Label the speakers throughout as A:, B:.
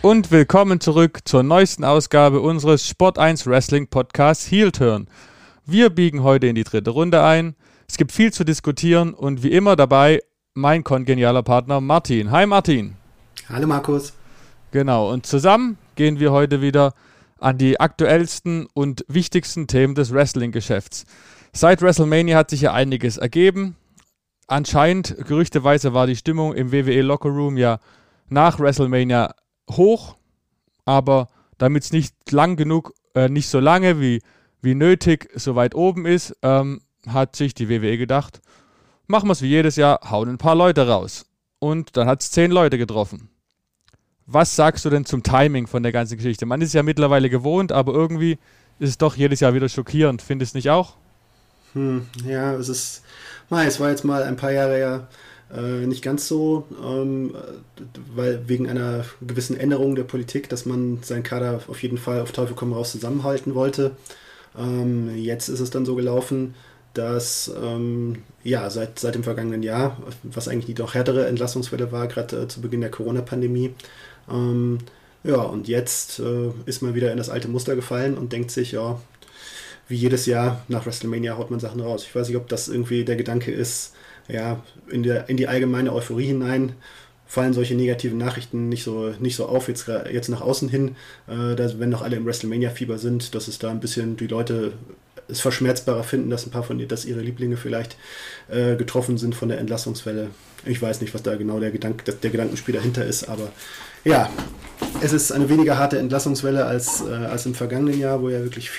A: Und willkommen zurück zur neuesten Ausgabe unseres Sport1 Wrestling Podcasts Heel Turn. Wir biegen heute in die dritte Runde ein. Es gibt viel zu diskutieren und wie immer dabei mein kongenialer Partner Martin. Hi Martin.
B: Hallo Markus.
A: Genau, und zusammen gehen wir heute wieder an die aktuellsten und wichtigsten Themen des Wrestling-Geschäfts. Seit WrestleMania hat sich ja einiges ergeben. Anscheinend, gerüchteweise, war die Stimmung im WWE Locker Room ja nach WrestleMania hoch, aber damit es nicht so lange wie nötig so weit oben ist, hat sich die WWE gedacht, machen wir es wie jedes Jahr, hauen ein paar Leute raus. Und dann hat es 10 Leute getroffen. Was sagst du denn zum Timing von der ganzen Geschichte? Man ist es ja mittlerweile gewohnt, aber irgendwie ist es doch jedes Jahr wieder schockierend. Findest du nicht auch?
B: Ja, es war jetzt mal ein paar Jahre ja nicht ganz so, weil wegen einer gewissen Änderung der Politik, dass man seinen Kader auf jeden Fall auf Teufel komm raus zusammenhalten wollte. Jetzt ist es dann so gelaufen, dass seit dem vergangenen Jahr, was eigentlich die doch härtere Entlassungswelle war, gerade zu Beginn der Corona-Pandemie, und jetzt ist man wieder in das alte Muster gefallen und denkt sich, ja, wie jedes Jahr nach WrestleMania haut man Sachen raus. Ich weiß nicht, ob das irgendwie der Gedanke ist, ja, in die allgemeine Euphorie hinein fallen solche negativen Nachrichten nicht so auf, jetzt nach außen hin, wenn noch alle im WrestleMania-Fieber sind, dass es da ein bisschen die Leute es verschmerzbarer finden, dass dass ihre Lieblinge vielleicht getroffen sind von der Entlassungswelle. Ich weiß nicht, was da genau der Gedankenspiel dahinter ist, aber ja, es ist eine weniger harte Entlassungswelle als im vergangenen Jahr, wo ja wirklich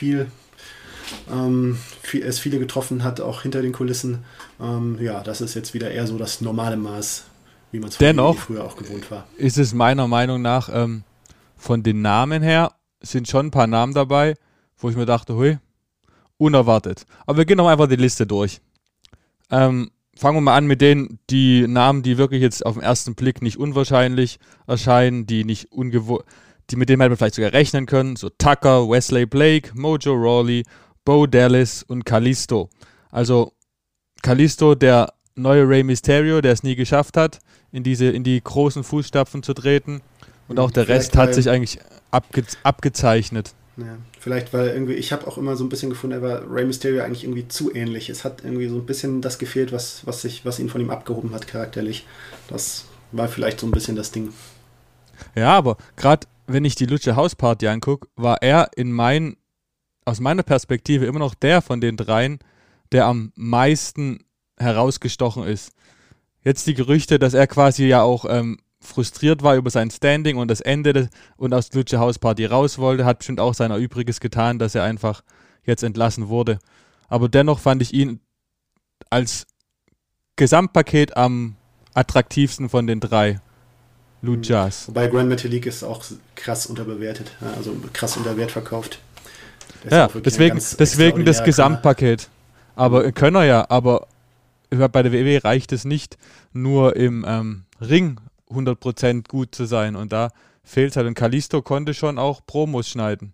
B: es viele getroffen hat, auch hinter den Kulissen. Das ist jetzt wieder eher so das normale Maß, wie man es früher auch gewohnt war.
A: Ist es meiner Meinung nach von den Namen her, sind schon ein paar Namen dabei, wo ich mir dachte, hui, unerwartet. Aber wir gehen noch einfach die Liste durch. Fangen wir mal an mit die Namen, die wirklich jetzt auf den ersten Blick nicht unwahrscheinlich erscheinen, die mit denen hätte man vielleicht sogar rechnen können. So Tucker, Wesley Blake, Mojo Rawley, Bo Dallas und Kalisto. Also Kalisto, der neue Rey Mysterio, der es nie geschafft hat, in die großen Fußstapfen zu treten. Und auch der Rest hat sich eigentlich abgezeichnet.
B: Ja, vielleicht, weil irgendwie, ich habe auch immer so ein bisschen gefunden, er war Rey Mysterio eigentlich irgendwie zu ähnlich. Es hat irgendwie so ein bisschen das gefehlt, was ihn von ihm abgehoben hat, charakterlich. Das war vielleicht so ein bisschen das Ding.
A: Ja, aber gerade wenn ich die Lucha House Party angucke, war er aus meiner Perspektive immer noch der von den dreien, der am meisten herausgestochen ist. Jetzt die Gerüchte, dass er quasi ja auch frustriert war über sein Standing und das Ende und aus der Lucha House Party raus wollte, hat bestimmt auch sein Übriges getan, dass er einfach jetzt entlassen wurde. Aber dennoch fand ich ihn als Gesamtpaket am attraktivsten von den 3 Luchas.
B: Wobei Grand Metalik ist auch krass unterbewertet, also krass unter Wert verkauft.
A: Ja, deswegen das Gesamtpaket. Aber können er ja, aber bei der WWE reicht es nicht, nur im Ring 100% gut zu sein. Und da fehlt es halt. Und Kalisto konnte schon auch Promos schneiden.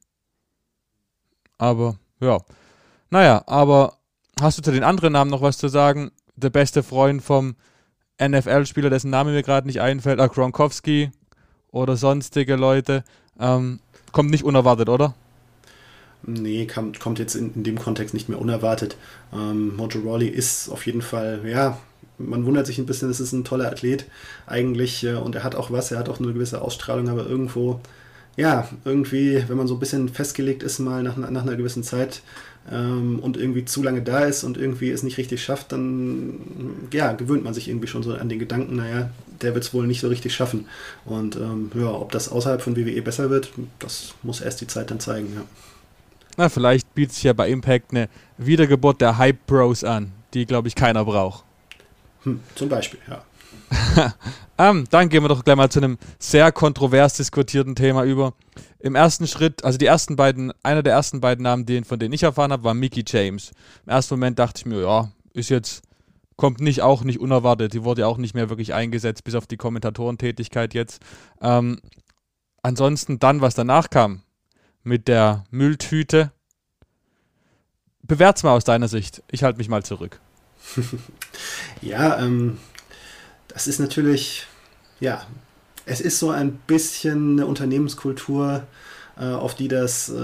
A: Aber, ja. Naja, aber hast du zu den anderen Namen noch was zu sagen? Der beste Freund vom NFL-Spieler, dessen Name mir gerade nicht einfällt, Gronkowski oder sonstige Leute. Kommt nicht unerwartet, oder?
B: Nee, kommt jetzt in dem Kontext nicht mehr unerwartet. Mojo Rawley ist auf jeden Fall, ja, man wundert sich ein bisschen, es ist ein toller Athlet eigentlich und er hat auch eine gewisse Ausstrahlung, aber irgendwie, wenn man so ein bisschen festgelegt ist mal nach einer gewissen Zeit und irgendwie zu lange da ist und irgendwie es nicht richtig schafft, dann gewöhnt man sich irgendwie schon so an den Gedanken, der wird es wohl nicht so richtig schaffen. Und ob das außerhalb von WWE besser wird, das muss erst die Zeit dann zeigen, ja.
A: Na, vielleicht bietet sich ja bei Impact eine Wiedergeburt der Hype Bros an, die, glaube ich, keiner braucht.
B: Zum Beispiel, ja.
A: Dann gehen wir doch gleich mal zu einem sehr kontrovers diskutierten Thema über. Im ersten Schritt, also einer der ersten beiden Namen, von denen ich erfahren habe, war Mickie James. Im ersten Moment dachte ich mir, ja, kommt nicht unerwartet. Die wurde ja auch nicht mehr wirklich eingesetzt, bis auf die Kommentatorentätigkeit jetzt. Ansonsten dann, was danach kam, mit der Mülltüte. Bewert's mal aus deiner Sicht. Ich halte mich mal zurück.
B: Ja, das ist natürlich, es ist so ein bisschen eine Unternehmenskultur, auf die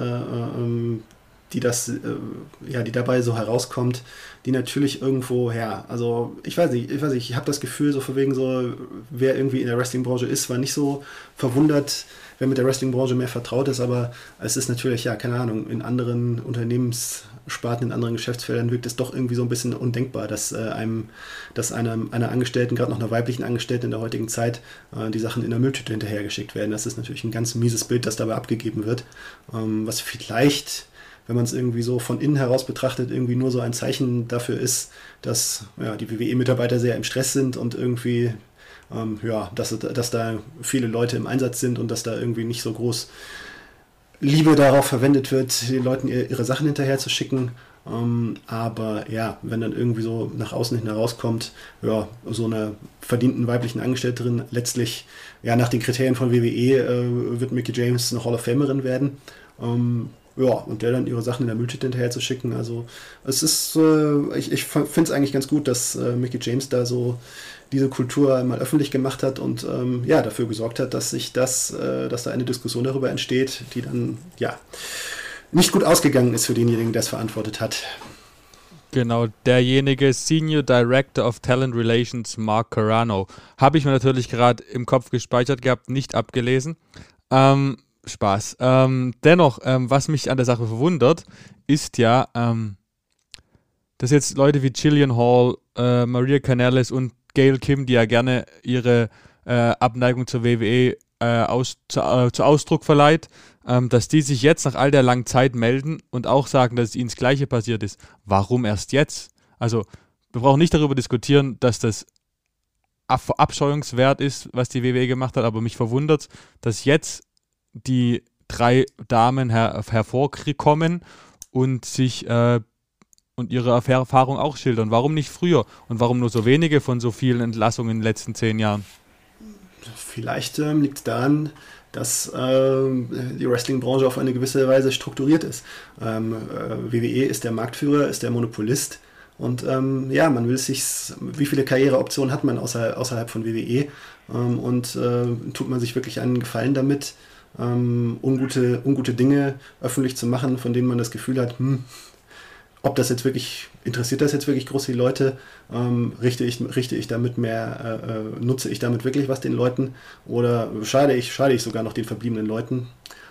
B: die dabei so herauskommt, die natürlich irgendwo, ja, also ich weiß nicht, ich habe das Gefühl, so von wegen so, wer irgendwie in der Wrestling-Branche ist, war nicht so verwundert, wer mit der Wrestling-Branche mehr vertraut ist, aber es ist natürlich, ja, keine Ahnung, in anderen Unternehmenssparten, in anderen Geschäftsfeldern wirkt es doch irgendwie so ein bisschen undenkbar, dass einer Angestellten, gerade noch einer weiblichen Angestellten in der heutigen Zeit, die Sachen in der Mülltüte hinterhergeschickt werden. Das ist natürlich ein ganz mieses Bild, das dabei abgegeben wird, was vielleicht, wenn man es irgendwie so von innen heraus betrachtet, irgendwie nur so ein Zeichen dafür ist, dass die WWE-Mitarbeiter sehr im Stress sind und irgendwie, dass da viele Leute im Einsatz sind und dass da irgendwie nicht so groß Liebe darauf verwendet wird, den Leuten ihre Sachen hinterher zu schicken. Aber ja, wenn dann irgendwie so nach außen hin herauskommt, so einer verdienten weiblichen Angestellten letztlich, nach den Kriterien von WWE wird Mickie James eine Hall of Famerin werden. Und der dann ihre Sachen in der Mülltüte hinterher zu schicken. Also es ist, ich finde es eigentlich ganz gut, dass Mickie James da so diese Kultur mal öffentlich gemacht hat und dafür gesorgt hat, dass dass da eine Diskussion darüber entsteht, die dann nicht gut ausgegangen ist für denjenigen, der es verantwortet hat.
A: Genau, derjenige Senior Director of Talent Relations, Mark Carano. Habe ich mir natürlich gerade im Kopf gespeichert gehabt, nicht abgelesen. Spaß. Dennoch, was mich an der Sache verwundert, ist dass jetzt Leute wie Jillian Hall, Maria Kanellis und Gail Kim, die ja gerne ihre Abneigung zur WWE zu Ausdruck verleiht, dass die sich jetzt nach all der langen Zeit melden und auch sagen, dass ihnen das Gleiche passiert ist. Warum erst jetzt? Also, wir brauchen nicht darüber diskutieren, dass das abscheuungswert ist, was die WWE gemacht hat, aber mich verwundert, dass jetzt die 3 Damen hervorkommen und sich und ihre Erfahrung auch schildern. Warum nicht früher? Und warum nur so wenige von so vielen Entlassungen in den letzten 10 Jahren?
B: Vielleicht liegt es daran, dass die Wrestling-Branche auf eine gewisse Weise strukturiert ist. WWE ist der Marktführer, ist der Monopolist. Und man will wie viele Karriereoptionen hat man außerhalb von WWE? Tut man sich wirklich einen Gefallen damit, ungute Dinge öffentlich zu machen, von denen man das Gefühl hat, ob das jetzt wirklich, interessiert das jetzt wirklich groß die Leute, nutze ich damit wirklich was den Leuten oder schade ich sogar noch den verbliebenen Leuten?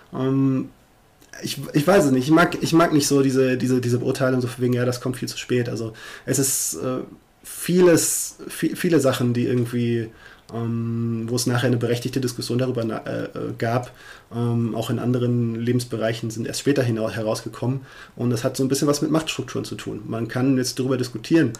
B: Ich weiß es nicht, ich mag nicht so diese Beurteilung, so von wegen, das kommt viel zu spät. Also es ist viele Sachen, die irgendwie wo es nachher eine berechtigte Diskussion darüber gab, auch in anderen Lebensbereichen sind erst später herausgekommen und das hat so ein bisschen was mit Machtstrukturen zu tun. Man kann jetzt darüber diskutieren,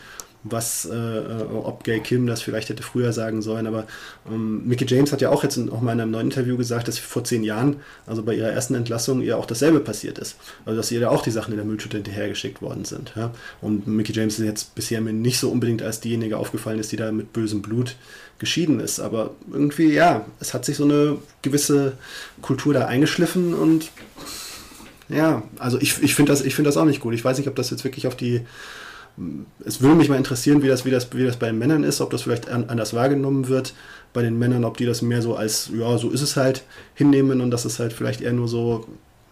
B: ob Gail Kim das vielleicht hätte früher sagen sollen, aber Mickie James hat ja auch jetzt auch mal in einem neuen Interview gesagt, dass vor 10 Jahren, also bei ihrer ersten Entlassung, ihr auch dasselbe passiert ist. Also dass ihr da auch die Sachen in der Mülltüte hinterhergeschickt worden sind. Ja? Und Mickie James ist jetzt bisher mir nicht so unbedingt als diejenige aufgefallen ist, die da mit bösem Blut geschieden ist. Aber irgendwie, es hat sich so eine gewisse Kultur da eingeschliffen und also ich finde das auch nicht gut. Ich weiß nicht, ob das jetzt wirklich es würde mich mal interessieren, wie das bei den Männern ist, ob das vielleicht anders wahrgenommen wird bei den Männern, ob die das mehr so als, so ist es halt, hinnehmen und dass es halt vielleicht eher nur so,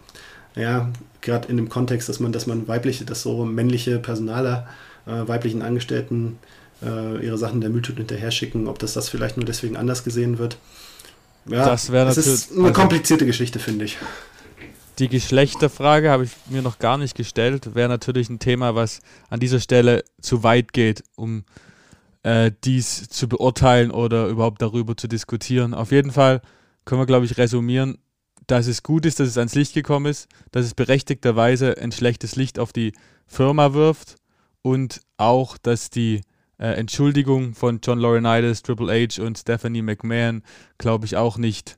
B: gerade in dem Kontext, dass man so männliche Personaler, weiblichen Angestellten ihre Sachen der Mülltüte hinterher schicken, ob das vielleicht nur deswegen anders gesehen wird. Das ist eine komplizierte Geschichte, finde ich.
A: Die Geschlechterfrage habe ich mir noch gar nicht gestellt. Wäre natürlich ein Thema, was an dieser Stelle zu weit geht, um dies zu beurteilen oder überhaupt darüber zu diskutieren. Auf jeden Fall können wir, glaube ich, resümieren, dass es gut ist, dass es ans Licht gekommen ist, dass es berechtigterweise ein schlechtes Licht auf die Firma wirft und auch, dass die Entschuldigung von John Laurinaitis, Triple H und Stephanie McMahon, glaube ich, auch nicht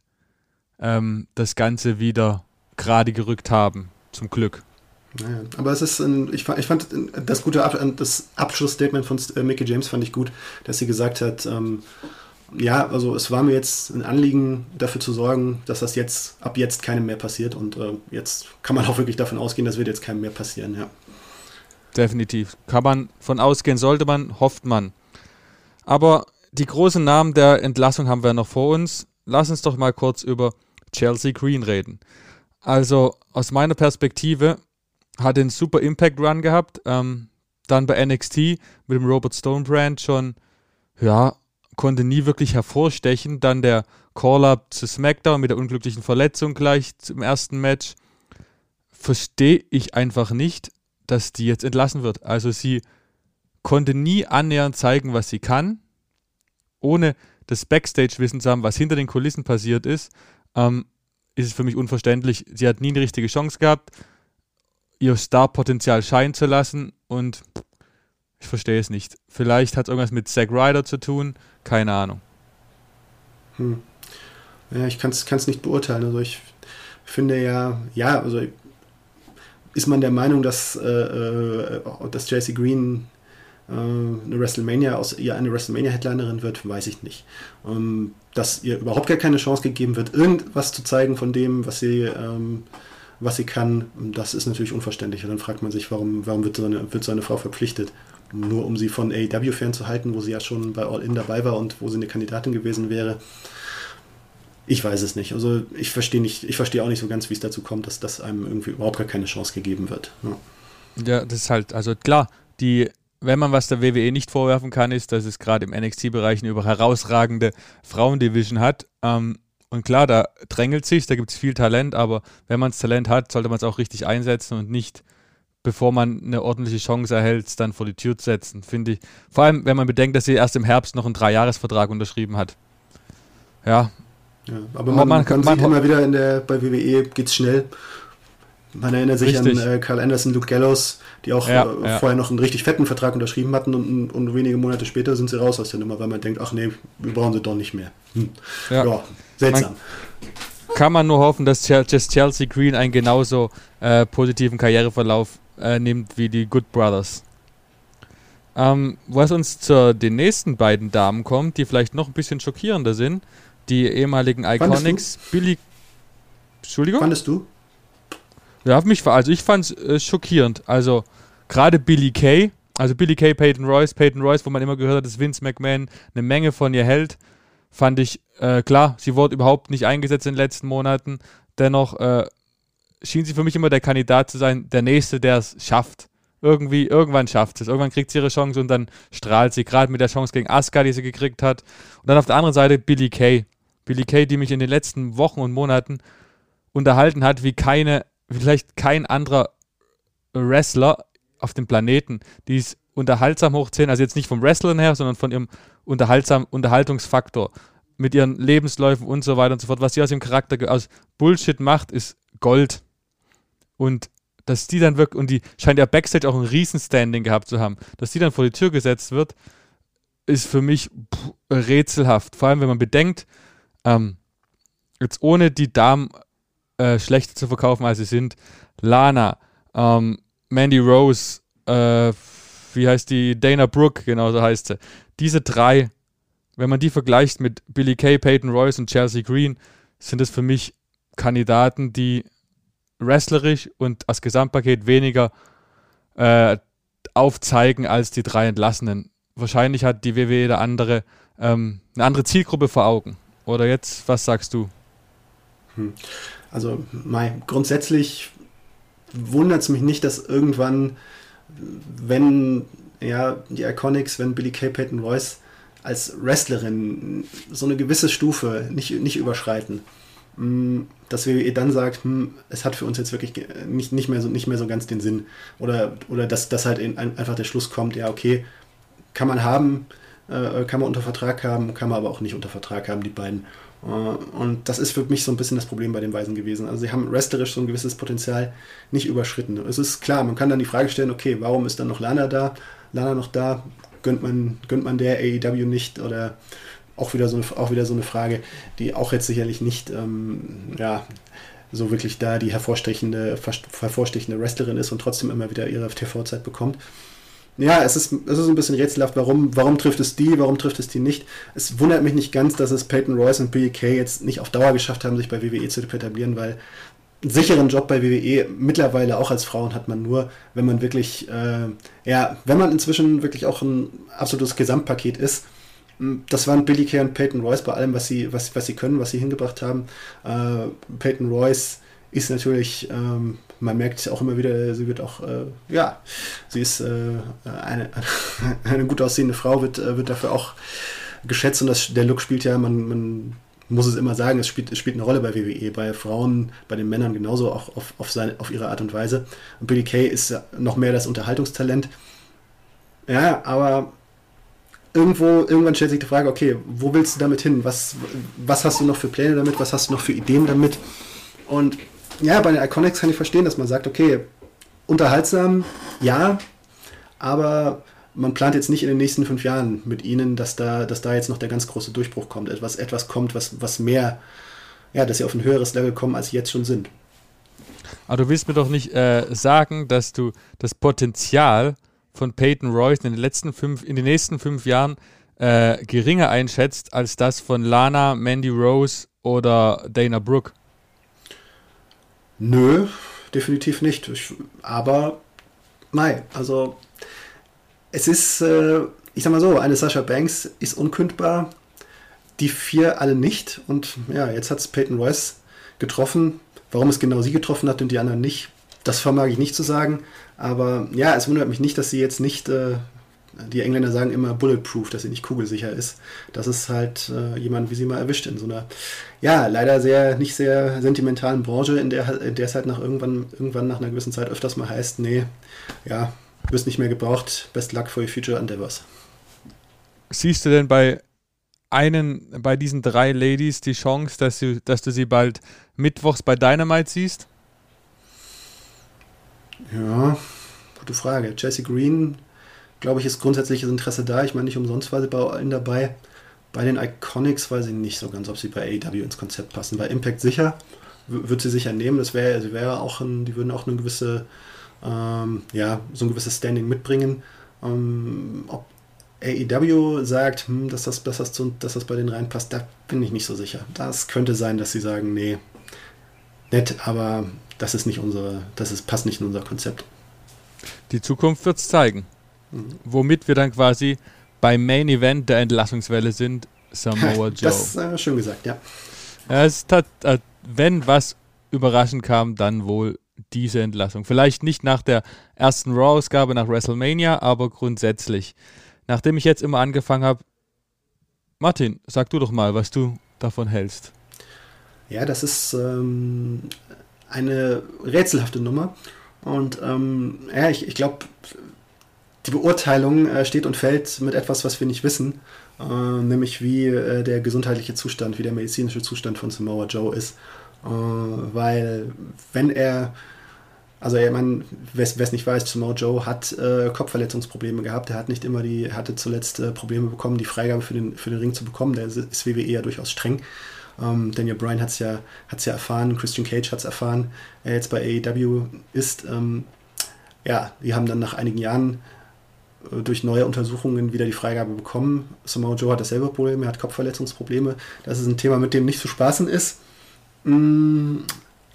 A: das Ganze wieder gerade gerückt haben, zum Glück.
B: Naja, aber es ist, ich fand das Abschlussstatement von Mickie James fand ich gut, dass sie gesagt hat, also es war mir jetzt ein Anliegen, dafür zu sorgen, dass das ab jetzt keinem mehr passiert und jetzt kann man auch wirklich davon ausgehen, das wird jetzt keinem mehr passieren, ja.
A: Definitiv. Kann man von ausgehen, hofft man. Aber die großen Namen der Entlassung haben wir noch vor uns. lass uns doch mal kurz über Chelsea Green reden. Also aus meiner Perspektive hat er einen super Impact Run gehabt, dann bei NXT mit dem Robert Stone Brand schon, ja, konnte nie wirklich hervorstechen. Dann der Call-Up zu SmackDown mit der unglücklichen Verletzung gleich im ersten Match. Verstehe ich einfach nicht, dass die jetzt entlassen wird. Also sie konnte nie annähernd zeigen, was sie kann, ohne das Backstage-Wissen zu haben, was hinter den Kulissen passiert ist es für mich unverständlich. Sie hat nie eine richtige Chance gehabt, ihr Star-Potenzial scheinen zu lassen und ich verstehe es nicht. Vielleicht hat es irgendwas mit Zack Ryder zu tun, keine Ahnung.
B: Ja, ich kann es nicht beurteilen. Also ich finde also ist man der Meinung, dass Chelsea Green eine WrestleMania-Headlinerin wird, weiß ich nicht. Dass ihr überhaupt gar keine Chance gegeben wird, irgendwas zu zeigen von dem, was sie kann, das ist natürlich unverständlich. Und dann fragt man sich, warum wird so eine Frau verpflichtet? Nur um sie von AEW fernzuhalten, wo sie ja schon bei All In dabei war und wo sie eine Kandidatin gewesen wäre. Ich weiß es nicht. Also ich verstehe auch nicht so ganz, wie es dazu kommt, dass einem irgendwie überhaupt gar keine Chance gegeben wird.
A: Ja, das ist halt, also klar, wenn man was der WWE nicht vorwerfen kann, ist, dass es gerade im NXT-Bereich eine herausragende Frauendivision hat. Und klar, da drängelt sich, da gibt es viel Talent, aber wenn man das Talent hat, sollte man es auch richtig einsetzen und nicht, bevor man eine ordentliche Chance erhält, dann vor die Tür setzen, finde ich. Vor allem, wenn man bedenkt, dass sie erst im Herbst noch einen 3-Jahres-Vertrag unterschrieben hat. Ja.
B: Aber man sieht immer wieder, bei WWE geht's schnell. Man erinnert sich an Carl Anderson, Luke Gallows, die auch vorher noch einen richtig fetten Vertrag unterschrieben hatten und wenige Monate später sind sie raus aus der Nummer, weil man denkt, ach nee, wir brauchen sie doch nicht mehr. Ja, seltsam.
A: Kann man nur hoffen, dass Chelsea Green einen genauso positiven Karriereverlauf nimmt wie die Good Brothers. Was uns zu den nächsten beiden Damen kommt, die vielleicht noch ein bisschen schockierender sind, die ehemaligen Iconics. Entschuldigung?
B: Fandest du?
A: Ja, ich fand es schockierend. Also gerade Billie Kay, Peyton Royce, wo man immer gehört hat, dass Vince McMahon eine Menge von ihr hält, fand ich, klar, sie wurde überhaupt nicht eingesetzt in den letzten Monaten. Dennoch schien sie für mich immer der Kandidat zu sein, der Nächste, der es schafft. Irgendwann schafft sie es. Irgendwann kriegt sie ihre Chance und dann strahlt sie, gerade mit der Chance gegen Asuka, die sie gekriegt hat. Und dann auf der anderen Seite Billie Kay, die mich in den letzten Wochen und Monaten unterhalten hat, wie vielleicht kein anderer Wrestler auf dem Planeten. Die ist unterhaltsam hoch 10, also jetzt nicht vom Wrestlern her, sondern von ihrem Unterhaltungsfaktor. Mit ihren Lebensläufen und so weiter und so fort. Was sie aus ihrem Charakter aus Bullshit macht, ist Gold. Und dass die dann wirklich, und die scheint ja Backstage auch ein Riesenstanding gehabt zu haben, dass die dann vor die Tür gesetzt wird, ist für mich rätselhaft. Vor allem, wenn man bedenkt, jetzt ohne die Damen schlechter zu verkaufen, als sie sind, Lana, Mandy Rose, wie heißt die? Dana Brooke, genau so heißt sie. Diese drei, wenn man die vergleicht mit Billie Kay, Peyton Royce und Chelsea Green, sind es für mich Kandidaten, die wrestlerisch und als Gesamtpaket weniger aufzeigen als die drei Entlassenen. Wahrscheinlich hat die WWE eine andere Zielgruppe vor Augen. Oder jetzt, was sagst du?
B: Also grundsätzlich wundert es mich nicht, dass irgendwann, wenn die Iconics, wenn Billie Kay, Peyton Royce als Wrestlerin so eine gewisse Stufe nicht überschreiten, dass WWE dann sagt, es hat für uns jetzt wirklich nicht mehr so ganz den Sinn. Oder dass halt einfach der Schluss kommt, ja okay, kann man haben, kann man unter Vertrag haben, kann man aber auch nicht unter Vertrag haben, die beiden. Und das ist für mich so ein bisschen das Problem bei den Weisen gewesen. Also sie haben wrestlerisch so ein gewisses Potenzial nicht überschritten. Es ist klar, man kann dann die Frage stellen, okay, warum ist dann noch Lana noch da? Gönnt man der AEW nicht? Oder auch wieder so eine Frage, die auch jetzt sicherlich nicht so wirklich da die hervorstechende Wrestlerin ist und trotzdem immer wieder ihre TV-Zeit bekommt. Ja, es ist ein bisschen rätselhaft, warum trifft es die nicht. Es wundert mich nicht ganz, dass es Peyton Royce und Billie Kay jetzt nicht auf Dauer geschafft haben, sich bei WWE zu etablieren, weil einen sicheren Job bei WWE mittlerweile auch als Frauen hat man nur, wenn man wirklich, wenn man inzwischen wirklich auch ein absolutes Gesamtpaket ist. das waren Billie Kay und Peyton Royce bei allem, was sie können, was sie hingebracht haben. Peyton Royce ist natürlich, man merkt auch immer wieder, sie wird auch, sie ist eine gut aussehende Frau, wird dafür auch geschätzt, und der Look spielt ja, man muss es immer sagen, es spielt eine Rolle bei WWE, bei Frauen, bei den Männern genauso, auch auf ihre Art und Weise. Und Billie Kay ist noch mehr das Unterhaltungstalent. Ja, aber irgendwann stellt sich die Frage, okay, wo willst du damit hin? Was hast du noch für Pläne damit? Was hast du noch für Ideen damit? Und ja, bei den Iconics kann ich verstehen, dass man sagt, okay, unterhaltsam, ja, aber man plant jetzt nicht in den nächsten 5 Jahren mit ihnen, dass da jetzt noch der ganz große Durchbruch kommt, etwas kommt, was mehr, ja, dass sie auf ein höheres Level kommen, als sie jetzt schon sind.
A: Aber du willst mir doch nicht sagen, dass du das Potenzial von Peyton Royce in den nächsten 5 Jahren geringer einschätzt als das von Lana, Mandy Rose oder Dana Brooke.
B: Nö, definitiv nicht. Aber also es ist, ich sag mal so, eine Sasha Banks ist unkündbar, die 4 alle nicht. Und ja, jetzt hat es Peyton Royce getroffen. Warum es genau sie getroffen hat und die anderen nicht, das vermag ich nicht zu sagen. Aber ja, es wundert mich nicht, dass sie jetzt nicht, die Engländer sagen immer bulletproof, dass sie nicht kugelsicher ist. Das ist halt jemand, wie sie mal erwischt in so einer, ja, leider nicht sehr sentimentalen Branche, in der es halt irgendwann nach einer gewissen Zeit öfters mal heißt, nee, ja, du wirst nicht mehr gebraucht, best luck for your future endeavors.
A: Siehst du denn bei diesen 3 Ladies die Chance, dass du sie bald mittwochs bei Dynamite siehst?
B: Ja, gute Frage. Chelsea Green, glaube ich, ist grundsätzliches Interesse da. Ich meine, nicht umsonst war sie bei allen dabei. Bei den Iconics weiß ich nicht so ganz, ob sie bei AEW ins Konzept passen. Bei Impact sicher, wird sie sicher nehmen. Die würden auch eine gewisse, so ein gewisses Standing mitbringen. Ob AEW sagt, dass das bei denen reinpasst, da bin ich nicht so sicher. Das könnte sein, dass sie sagen, nee, nett, aber passt nicht in unser Konzept.
A: Die Zukunft wird es zeigen. Womit wir dann quasi beim Main Event der Entlassungswelle sind, Samoa Joe.
B: Das ist schön gesagt, ja.
A: Wenn was überraschend kam, dann wohl diese Entlassung. Vielleicht nicht nach der ersten Raw-Ausgabe nach WrestleMania, aber grundsätzlich. Nachdem ich jetzt immer angefangen habe, Martin, sag du doch mal, was du davon hältst.
B: Ja, das ist eine rätselhafte Nummer. Und ich glaube, die Beurteilung steht und fällt mit etwas, was wir nicht wissen, nämlich wie der gesundheitliche Zustand, wie der medizinische Zustand von Samoa Joe ist. Weil wenn wer es nicht weiß, Samoa Joe hat Kopfverletzungsprobleme gehabt. Er hatte zuletzt Probleme bekommen, die Freigabe für den Ring zu bekommen. Der ist WWE ja durchaus streng. Daniel Bryan hat es ja erfahren, Christian Cage hat es erfahren, er jetzt bei AEW ist. Die haben dann nach einigen Jahren durch neue Untersuchungen wieder die Freigabe bekommen. Samoa Joe hat dasselbe Problem, er hat Kopfverletzungsprobleme. Das ist ein Thema, mit dem nicht zu spaßen ist. Wenn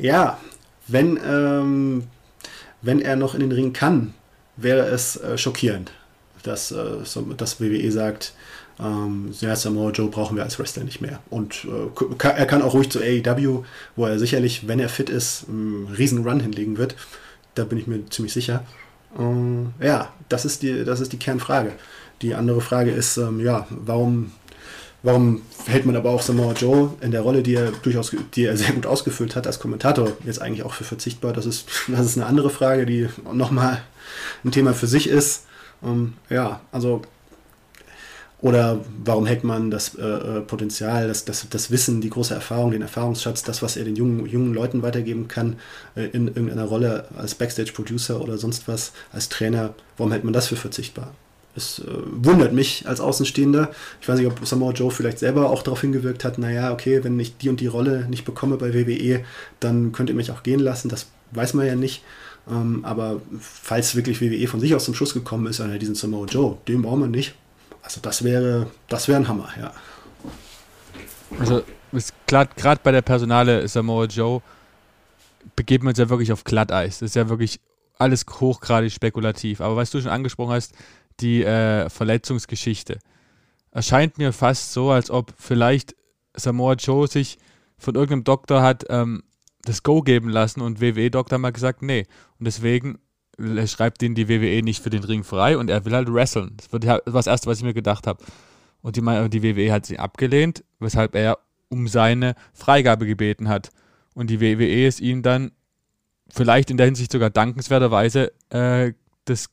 B: er noch in den Ring kann, wäre es schockierend, dass WWE sagt, Samoa Joe brauchen wir als Wrestler nicht mehr. Und er kann auch ruhig zu AEW, wo er sicherlich, wenn er fit ist, einen riesen Run hinlegen wird. Da bin ich mir ziemlich sicher. Das ist die Kernfrage. Die andere Frage ist, warum hält man aber auch Samoa Joe in der Rolle, die er sehr gut ausgefüllt hat als Kommentator, jetzt eigentlich auch für verzichtbar? Das ist eine andere Frage, die nochmal ein Thema für sich ist. Oder warum hält man das Potenzial, das Wissen, die große Erfahrung, den Erfahrungsschatz, das, was er den jungen Leuten weitergeben kann, in irgendeiner Rolle als Backstage-Producer oder sonst was, als Trainer, warum hält man das für verzichtbar? Es wundert mich als Außenstehender. Ich weiß nicht, ob Samoa Joe vielleicht selber auch darauf hingewirkt hat, naja, okay, wenn ich die und die Rolle nicht bekomme bei WWE, dann könnt ihr mich auch gehen lassen. Das weiß man ja nicht. Aber falls wirklich WWE von sich aus zum Schluss gekommen ist, diesen Samoa Joe, den brauchen wir nicht. Also das wäre ein Hammer, ja.
A: Also gerade bei der Personale Samoa Joe begeben wir uns ja wirklich auf Glatteis. Das ist ja wirklich alles hochgradig spekulativ. Aber was du schon angesprochen hast, die Verletzungsgeschichte. erscheint mir fast so, als ob vielleicht Samoa Joe sich von irgendeinem Doktor hat das Go geben lassen und WWE-Doktor mal gesagt, nee. Und deswegen schreibt ihn die WWE nicht für den Ring frei und er will halt wresteln. Das war das Erste, was ich mir gedacht habe. Und die WWE hat sie abgelehnt, weshalb er um seine Freigabe gebeten hat. Und die WWE ist ihm dann vielleicht in der Hinsicht sogar dankenswerterweise das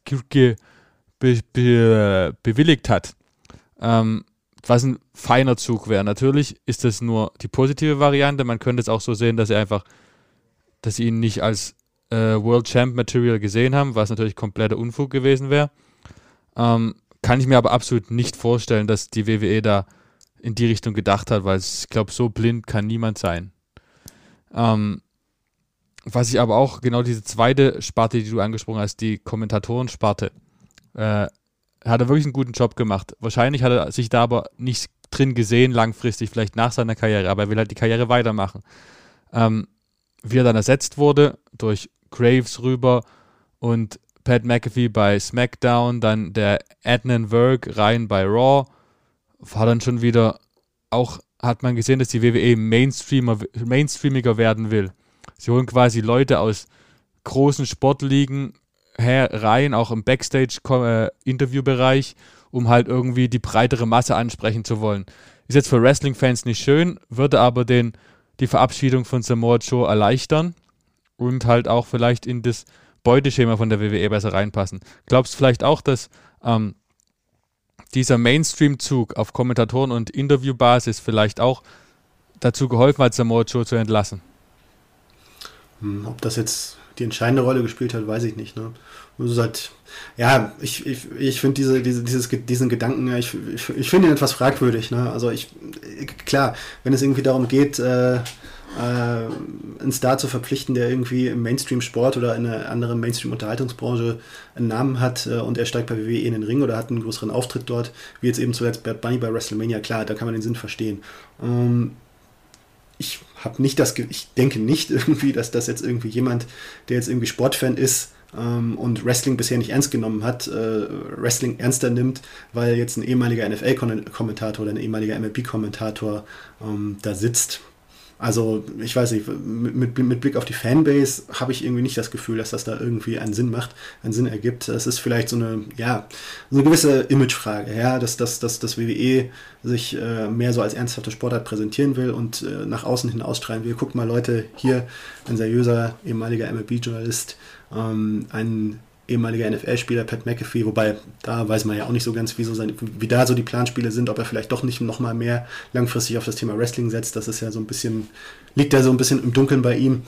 A: bewilligt hat. Was ein feiner Zug wäre. Natürlich ist das nur die positive Variante. Man könnte es auch so sehen, dass sie ihn nicht als World Champ Material gesehen haben, was natürlich kompletter Unfug gewesen wäre. Kann ich mir aber absolut nicht vorstellen, dass die WWE da in die Richtung gedacht hat, weil ich glaube, so blind kann niemand sein. Was ich aber auch, genau diese zweite Sparte, die du angesprochen hast, die Kommentatoren-Sparte, hat er wirklich einen guten Job gemacht. Wahrscheinlich hat er sich da aber nicht drin gesehen, langfristig, vielleicht nach seiner Karriere, aber er will halt die Karriere weitermachen. Wie er dann ersetzt wurde, durch Graves rüber und Pat McAfee bei SmackDown, dann der Adnan Virk rein bei Raw, war dann schon wieder, auch hat man gesehen, dass die WWE mainstreamiger werden will. Sie holen quasi Leute aus großen Sportligen rein, auch im Backstage-Interviewbereich, um halt irgendwie die breitere Masse ansprechen zu wollen. Ist jetzt für Wrestling-Fans nicht schön, würde aber die Verabschiedung von Samoa Joe erleichtern und halt auch vielleicht in das Beuteschema von der WWE besser reinpassen. Glaubst du vielleicht auch, dass dieser Mainstream-Zug auf Kommentatoren- und Interviewbasis vielleicht auch dazu geholfen hat, Samoa Joe zu entlassen?
B: Ob das jetzt die entscheidende Rolle gespielt hat, weiß ich nicht. Ne? Also halt, ja, ich finde diesen Gedanken, ja, ich finde ihn etwas fragwürdig. Ne? Also klar, wenn es irgendwie darum geht, einen Star zu verpflichten, der irgendwie im Mainstream-Sport oder in einer anderen Mainstream-Unterhaltungsbranche einen Namen hat und er steigt bei WWE in den Ring oder hat einen größeren Auftritt dort, wie jetzt eben zuletzt Bad Bunny bei WrestleMania, klar, da kann man den Sinn verstehen. Ich denke nicht irgendwie, dass das jetzt irgendwie jemand, der jetzt irgendwie Sportfan ist und Wrestling bisher nicht ernst genommen hat, Wrestling ernster nimmt, weil jetzt ein ehemaliger NFL-Kommentator oder ein ehemaliger MLB-Kommentator da sitzt. Also ich weiß nicht, mit Blick auf die Fanbase habe ich irgendwie nicht das Gefühl, dass das da irgendwie einen Sinn ergibt. Es ist vielleicht so eine gewisse Imagefrage, ja, dass WWE sich mehr so als ernsthafte Sportart präsentieren will und nach außen hin ausstrahlen will. Guckt mal Leute, hier ein seriöser ehemaliger MLB-Journalist, ein ehemaliger NFL-Spieler, Pat McAfee, wobei da weiß man ja auch nicht so ganz, wie da so die Planspiele sind, ob er vielleicht doch nicht noch mal mehr langfristig auf das Thema Wrestling setzt. Das ist ja liegt ja so ein bisschen im Dunkeln bei ihm.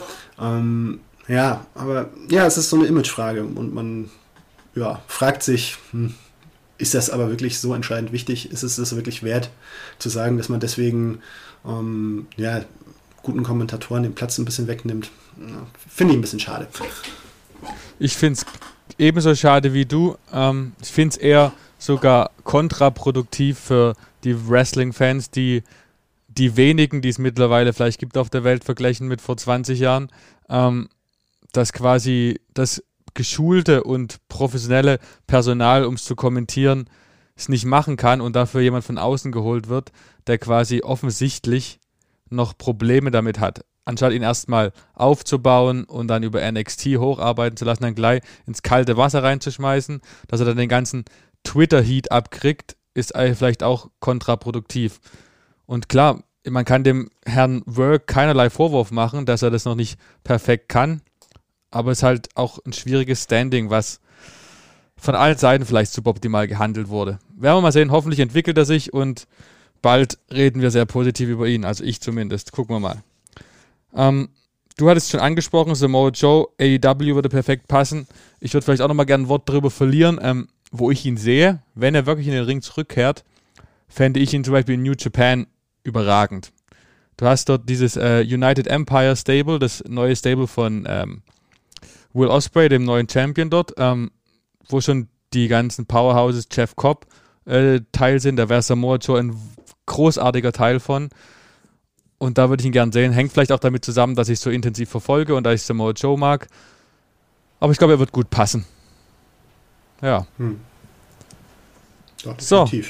B: Aber es ist so eine Imagefrage und man fragt sich, ist das aber wirklich so entscheidend wichtig? Ist es das wirklich wert, zu sagen, dass man deswegen guten Kommentatoren den Platz ein bisschen wegnimmt? Finde ich ein bisschen schade.
A: Ich finde es ebenso schade wie du. Ich finde es eher sogar kontraproduktiv für die Wrestling-Fans, die wenigen, die es mittlerweile vielleicht gibt auf der Welt, vergleichen mit vor 20 Jahren, dass quasi das geschulte und professionelle Personal, um es zu kommentieren, es nicht machen kann und dafür jemand von außen geholt wird, der quasi offensichtlich noch Probleme damit hat. Anstatt ihn erstmal aufzubauen und dann über NXT hocharbeiten zu lassen, dann gleich ins kalte Wasser reinzuschmeißen, dass er dann den ganzen Twitter-Heat abkriegt, ist vielleicht auch kontraproduktiv. Und klar, man kann dem Herrn Work keinerlei Vorwurf machen, dass er das noch nicht perfekt kann, aber es ist halt auch ein schwieriges Standing, was von allen Seiten vielleicht suboptimal gehandelt wurde. Werden wir mal sehen, hoffentlich entwickelt er sich und bald reden wir sehr positiv über ihn, also ich zumindest. Gucken wir mal. Du hattest schon angesprochen, Samoa Joe, AEW würde perfekt passen. Ich würde vielleicht auch nochmal gerne ein Wort darüber verlieren, wo ich ihn sehe. Wenn er wirklich in den Ring zurückkehrt, fände ich ihn zum Beispiel in New Japan überragend. Du hast dort dieses United Empire Stable, das neue Stable von Will Ospreay, dem neuen Champion dort, wo schon die ganzen Powerhouses, Jeff Cobb Teil sind. Da wäre Samoa Joe ein großartiger Teil von. Und da würde ich ihn gern sehen. Hängt vielleicht auch damit zusammen, dass ich es so intensiv verfolge und dass ich Samoa Joe mag. Aber ich glaube, er wird gut passen. Ja.
B: Doch, definitiv, ja.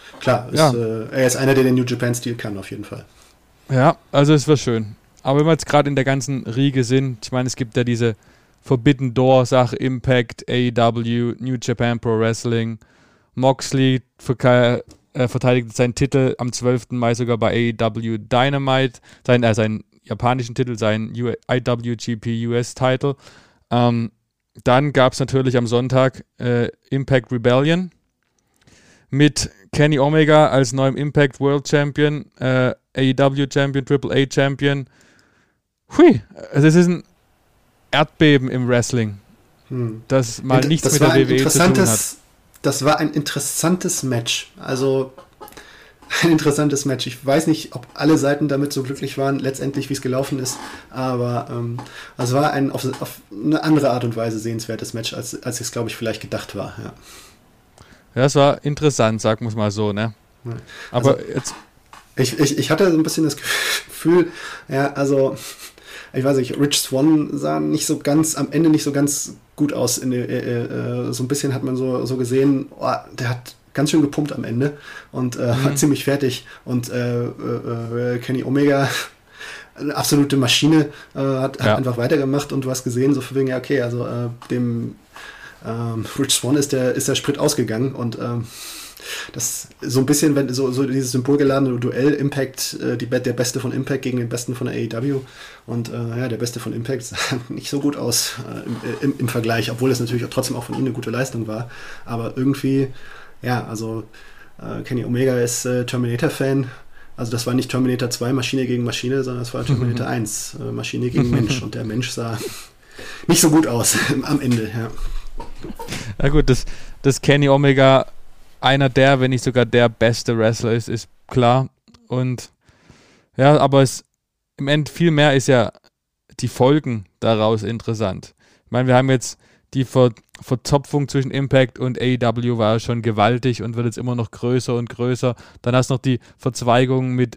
B: klar, er ist einer, der den New Japan-Stil kann, auf jeden Fall.
A: Ja, also es war schön. Aber wenn wir jetzt gerade in der ganzen Riege sind, ich meine, es gibt ja diese Forbidden Door-Sache, Impact, AEW, New Japan Pro Wrestling. Moxley verteidigt seinen Titel am 12. Mai sogar bei AEW Dynamite, seinen japanischen Titel, seinen IWGP US-Titel. Dann gab es natürlich am Sonntag Impact Rebellion mit Kenny Omega als neuem Impact World Champion, AEW Champion, AAA Champion. Hui, also es ist ein Erdbeben im Wrestling, das mal nichts mit der WWE zu tun hat.
B: Das war ein interessantes Match. Also ein interessantes Match. Ich weiß nicht, ob alle Seiten damit so glücklich waren, letztendlich, wie es gelaufen ist, aber es war ein auf eine andere Art und Weise sehenswertes Match, als es, glaube ich, vielleicht gedacht war.
A: Ja, es war interessant, sagen wir es mal so, ne?
B: Ja.
A: Aber
B: also,
A: jetzt...
B: Ich hatte so ein bisschen das Gefühl, ja, also ich weiß nicht, Rich Swann sah am Ende nicht so ganz gut aus. So ein bisschen hat man so gesehen, der hat ganz schön gepumpt am Ende und war ziemlich fertig. Und Kenny Omega, eine absolute Maschine, hat einfach weitergemacht und du hast gesehen, so von wegen, ja okay, also dem Rich Swann ist der Sprit ausgegangen und das so ein bisschen, wenn so dieses symbolgeladene Duell, Impact, der Beste von Impact gegen den Besten von der AEW und der Beste von Impact sah nicht so gut aus im Vergleich, obwohl es natürlich trotzdem auch von ihm eine gute Leistung war, aber irgendwie, ja, also Kenny Omega ist Terminator-Fan, also das war nicht Terminator 2 Maschine gegen Maschine, sondern das war Terminator 1 Maschine gegen Mensch und der Mensch sah nicht so gut aus am Ende, ja.
A: Na gut, das Kenny Omega einer der, wenn nicht sogar der beste Wrestler ist klar. Und ja, aber im End viel mehr ist ja die Folgen daraus interessant. Ich meine, wir haben jetzt die Verzopfung zwischen Impact und AEW war schon gewaltig und wird jetzt immer noch größer und größer. Dann hast du noch die Verzweigung mit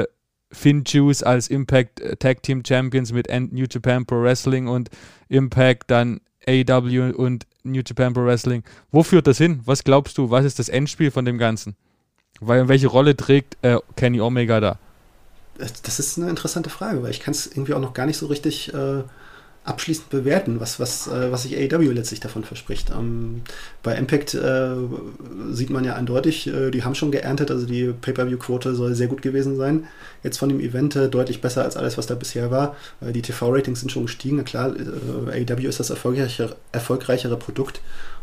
A: FinJuice als Impact Tag Team Champions mit New Japan Pro Wrestling und Impact, dann AEW und New Japan Pro Wrestling. Wo führt das hin? Was glaubst du? Was ist das Endspiel von dem Ganzen? Welche Rolle trägt Kenny Omega da?
B: Das ist eine interessante Frage, weil ich kann es irgendwie auch noch gar nicht so richtig abschließend bewerten, was sich AEW letztlich davon verspricht. Bei Impact sieht man ja eindeutig, die haben schon geerntet, also die Pay-Per-View-Quote soll sehr gut gewesen sein. Jetzt von dem Event deutlich besser als alles, was da bisher war. Die TV-Ratings sind schon gestiegen, na klar, AEW ist das erfolgreichere Produkt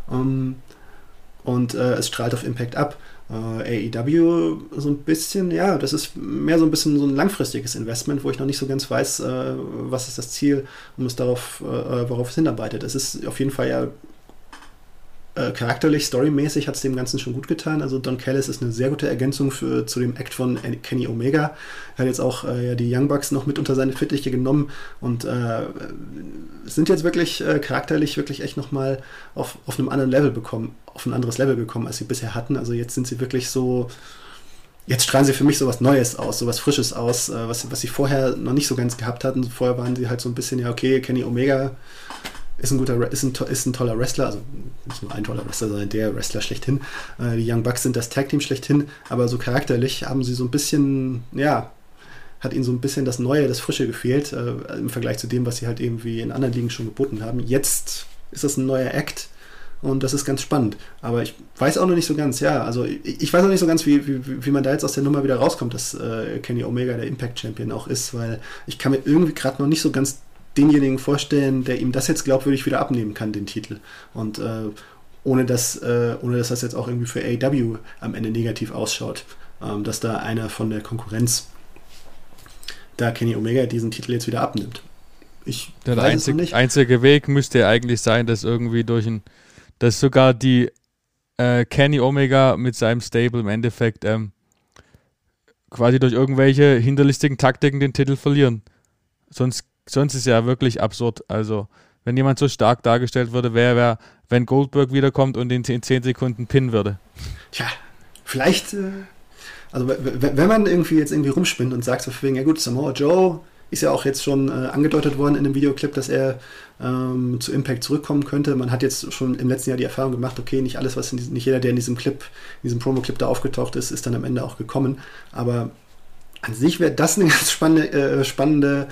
B: und es strahlt auf Impact ab. AEW so ein bisschen, ja, das ist mehr so ein bisschen so ein langfristiges Investment, wo ich noch nicht so ganz weiß, was ist das Ziel und worauf es hinarbeitet. Es ist auf jeden Fall ja charakterlich, storymäßig hat es dem Ganzen schon gut getan. Also Don Callis ist eine sehr gute Ergänzung zu dem Act von Kenny Omega. Er hat jetzt auch die Young Bucks noch mit unter seine Fittiche genommen und sind jetzt wirklich charakterlich wirklich echt nochmal auf einem anderen Level auf ein anderes Level gekommen, als sie bisher hatten. Also jetzt sind sie wirklich so, jetzt strahlen sie für mich so was Neues aus, so was Frisches aus, was sie vorher noch nicht so ganz gehabt hatten. Vorher waren sie halt so ein bisschen, ja okay, Kenny Omega ist ein toller Wrestler, also nicht nur ein toller Wrestler, sondern der Wrestler schlechthin. Die Young Bucks sind das Tag-Team schlechthin, aber so charakterlich haben sie so ein bisschen, ja, hat ihnen so ein bisschen das Neue, das Frische gefehlt, im Vergleich zu dem, was sie halt irgendwie in anderen Ligen schon geboten haben. Jetzt ist das ein neuer Act und das ist ganz spannend. Aber ich weiß auch noch nicht so ganz, ja, also ich weiß auch nicht so ganz, wie man da jetzt aus der Nummer wieder rauskommt, dass Kenny Omega der Impact-Champion auch ist, weil ich kann mir irgendwie gerade noch nicht so ganz denjenigen vorstellen, der ihm das jetzt glaubwürdig wieder abnehmen kann, den Titel. Und ohne dass das jetzt auch irgendwie für AEW am Ende negativ ausschaut, dass da einer von der Konkurrenz da Kenny Omega diesen Titel jetzt wieder abnimmt.
A: Der einzige Weg müsste ja eigentlich sein, dass irgendwie dass sogar die Kenny Omega mit seinem Stable im Endeffekt quasi durch irgendwelche hinterlistigen Taktiken den Titel verlieren. Sonst ist ja wirklich absurd. Also, wenn jemand so stark dargestellt würde, wäre, wenn Goldberg wiederkommt und ihn in 10 Sekunden pinnen würde.
B: Tja, vielleicht, also wenn man irgendwie rumspinnt und sagt so wegen, ja gut, Samoa Joe ist ja auch jetzt schon angedeutet worden in einem Videoclip, dass er zu Impact zurückkommen könnte. Man hat jetzt schon im letzten Jahr die Erfahrung gemacht, okay, nicht alles, nicht jeder, der in diesem Promo-Clip da aufgetaucht ist, ist dann am Ende auch gekommen. Aber an sich wäre das eine ganz spannende